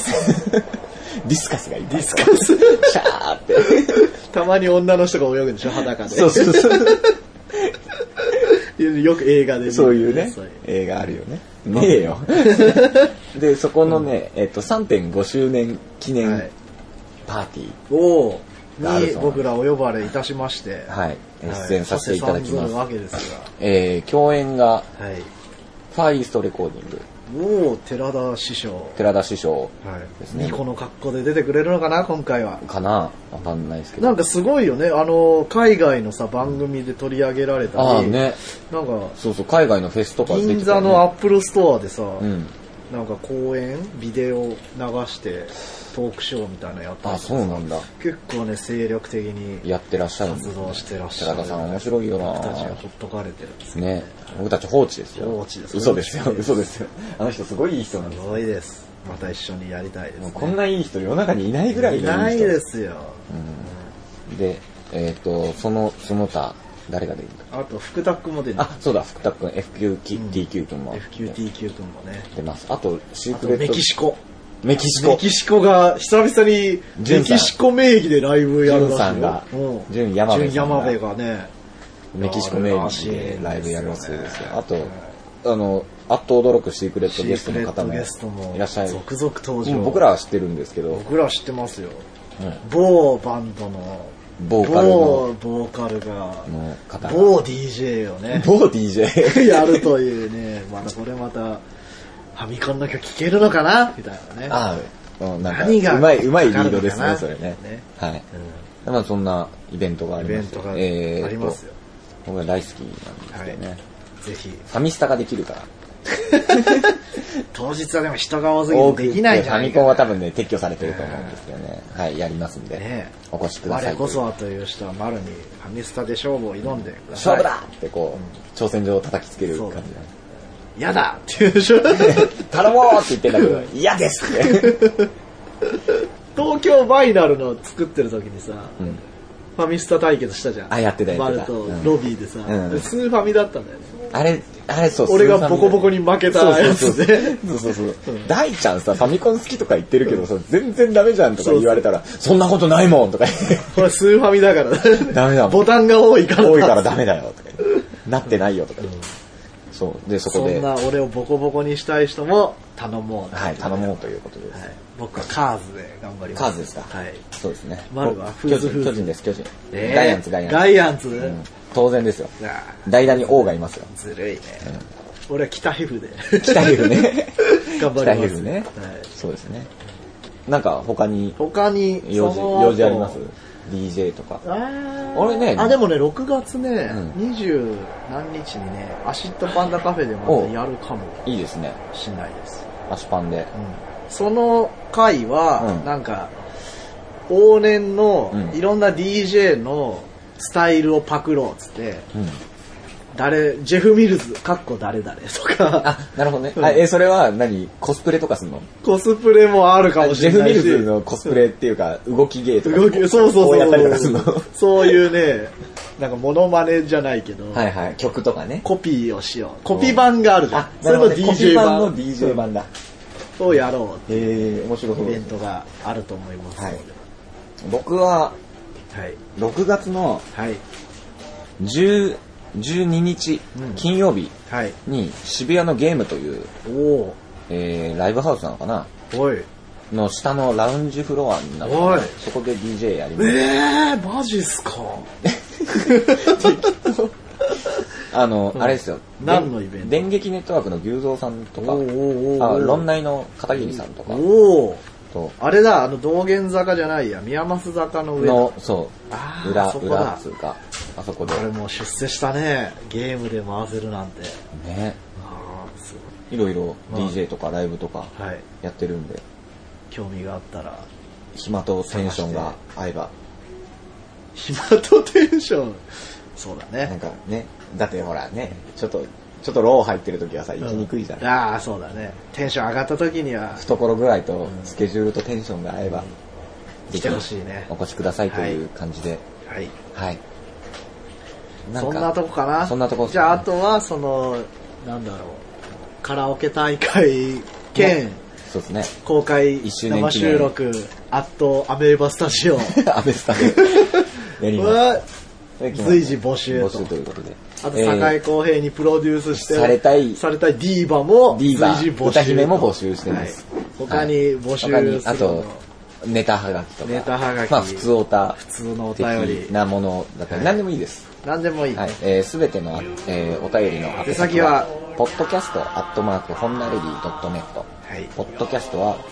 ディスカスがいい。 ディスカス。 シャーって。 たまに女の人が泳ぐんでしょ、裸で。 そう。 よく映画で見る。 そういうね、映画あるよね。ねえよ。で、そこのね、3.5 周年記念パーティーに僕らお呼ばれいたしまして、 はい、出演させていただきます。 わけですが、共演が、ファーイーストレコーディング。 寺田師匠ですね。 ニコの格好で出てくれるのかな今回は。 かな、わかんないですけど。 なんかすごいよね。海外のさ番組で取り上げられたり。 ね。 なんかそう海外のフェスとか出てた、ね、銀座のアップルストアでさ、なんか公演ビデオ流してトークショーみたいなのやったりとか。 そうなんだ。 結構ね精力的にやってらっしゃるんですね。 活動してらっしゃる。 寺田さん面白いよな。 僕たちがほっとかれてるんですね。僕たち放置ですよ。 放置です。 嘘ですよ。あの人すごいいい人なんです。 すごいです。また一緒にやりたいです、ね。 こんないい人世の中にいないぐらいいい人。 いないですよ。 で、その他誰が出るか。あと福田君も出る。 そうだ、福田君、FQTQ 君も。 FQTQ 君もね。 出ます。あとシークレット。 メキシコが久々にメキシコ名義でライブやるらしいよ。 純山部がね、 メキシコ名義でライブやるらしいですよ。あとあっと驚くシークレットゲストの方もいらっしゃる。 続々登場。 僕らは知ってるんですけど。 僕らは知ってますよ。某バンドのボーカルがの方が某 DJ をね。 某 DJ やるというね。またファミコンの曲聴けるのかなみたいなね。 なんかうまいリードですね、それね。はい。まあそんなイベントがあります。 ありますよ。 僕は大好きなんですけどね。 ぜひ。 ファミスタができるから。 当日はでも人が多すぎてできないじゃないか。 ファミコンは多分ね、撤去されてると思うんですけどね。はい、やりますんで。お越しください。 我こそはという人は丸にファミスタで勝負を挑んでください。勝負だってこう、挑戦状を叩きつける感じだ。 嫌だっていうでしょ。 頼もうって言ってんだけど、嫌ですって。 東京バイナルの作ってる時にさ、ファミスタ対決したじゃん。 やってた。 バルとロビーでさ、スーファミだったんだよね。 あれそう。 俺がボコボコに負けたやつで。 そう。大ちゃんさ、ファミコン好きとか言ってるけどさ、全然ダメじゃんとか言われたら、そんなことないもんとか言って。 これスーファミだからダメだもん。 ボタンが多いからダメだよとか言って。なってないよとか言って。そうでそこでそんな俺をボコボコにしたい人も頼もう。 はい、頼もうということです。 僕はカーズで頑張ります。 カーズですか。 はい。 そうですね。 丸は巨人です、巨人。ガイアンツ。 ガイアンツ当然ですよ。代打に王がいますよ。 ずるいね。俺は北皮膚で。 北皮膚ね。 頑張ります。 北皮膚ね。そうですね。なんか他に用事あります？ DJ とか。俺ね。 でもね、6月ね、20何日にね、アシッドパンダカフェでまたやるかも。 いいですね。 しないです。 アシパンで。 その回は、なんか、往年のいろんな DJ のスタイルをパクろうっつって、ジェフ・ミルズ、誰々とか。 なるほどね。それはコスプレとかすんの？ コスプレもあるかもしれないし。 ジェフ・ミルズのコスプレっていうか、動き芸とか。 そうやったりとかすんの？ そういうね、なんかモノマネじゃないけど。 はいはい。曲とかね。 コピーをしよう。コピー版があるじゃん。 それの DJ 版の DJ 版だ。 をやろう。 面白そう。 イベントがあると思いますので。 僕は、6月の12日、金曜日に渋谷のゲームという、ライブハウスなのかなの下のラウンジフロアになって、そこで DJ やります。 マジっすか。 あれですよ。 何のイベント？ 電撃ネットワークの牛蔵さんとか、論内の片桐さんとか。 あれだ、道玄坂じゃないや、宮益坂の上の。 そう。裏っつうか、あそこで。 これもう出世したね。ゲームで回せるなんて。 ね。いろいろ DJ とかライブとかやってるんで。 興味があったら。 暇とテンションが合えば。 暇とテンション。そうだね。 なんかね、だってほらね、ちょっとロー入ってる時はさ、行きにくいじゃん。 そうだね。テンション上がった時には。 懐ぐらいとスケジュールとテンションが合えば、 来てほしいね。 お越しくださいという感じで。はい。 そんなとこかな。 そんなとこ。 じゃあ、あとは、カラオケ大会兼、 そうですね。 公開生収録、アメーバスタジオ。 アメスタでやります。 随時募集ということで。 あと、坂井公平にプロデュースしてされたいディーバも随時募集。 歌姫も募集してます。 他に募集する。 あと、 ネタはがきとか。 ネタはがき。 まあ普通おた。 普通のお便り。 なものだったり、何でもいいです。 何でもいい。 はい。すべての、お便りの宛先は、 podcast@honnaready.net。はい。ポッドキャストは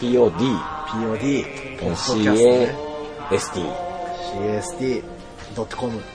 podcast。cast.com。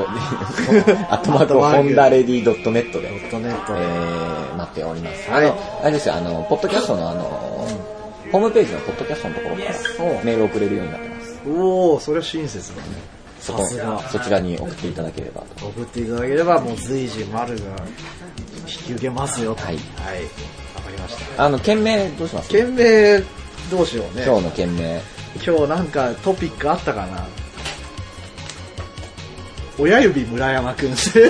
@hondaready.net で、待っております。 はい。 あれですよ、ポッドキャストのホームページのポッドキャストのところからメールを送れるようになってます。 おー、それは親切だね。 さすが。そちらに送っていただければと。 送っていただければ、もう随時丸が引き受けますよ。はい。はい。わかりました。 件名どうします？ 件名どうしようね。 今日の件名。 今日なんかトピックあったかな？親指村山くん。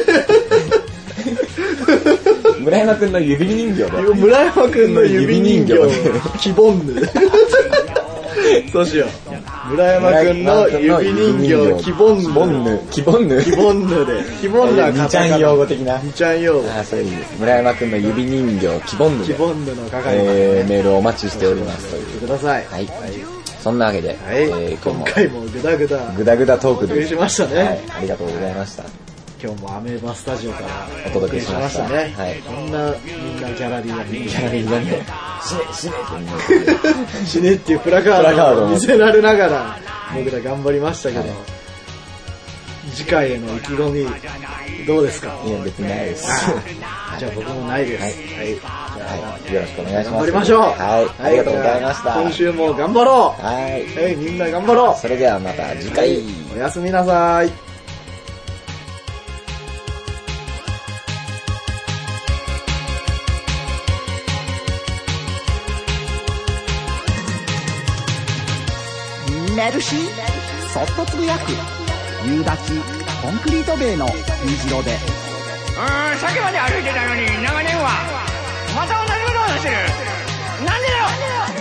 村山くんの指人形だよ。 村山くんの指人形。キボンヌ。そうしよう。村山くんの指人形、キボンヌ。 キボンヌで。キボンヌは 2ちゃん用語的な。 2ちゃん用語。 あ、それいいです。村山くんの指人形、キボンヌで。 キボンヌの係メールをお待ちしておりますという。 ください。 はい。そんなわけで、 今回もグダグダトークでしましたね。はい。 ありがとうございました。 今日もアメーバスタジオからお届けしましたね。 はい。こんなみんなギャラリーが見ギャラリーがね、 死ねっていうプラカードを見せられながら僕ら頑張りましたけど、次回への意気込みどうですか？ いや別にないです。 じゃあ僕もないです。はい。 よろしくお願いします。 頑張りましょう。 はい。ありがとうございました。 今週も頑張ろう。 はい。 みんな頑張ろう。 それではまた次回。 おやすみなさい。 メルシーそっとつぶやく夕立コンクリート塀の虹色でさっきまで歩いてたのに長年はまた同じことをしてる。なんでだよ。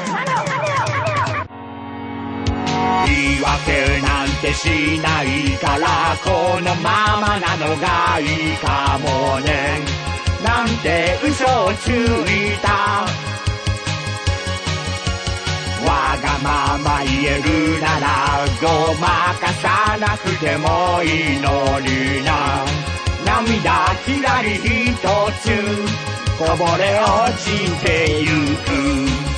言い訳なんてしないからこのままなのがいいかもねなんて嘘をついた。わがまま言えるならごまかさなくてもいいのにな。涙ひらりひとつこぼれ落ちてゆく。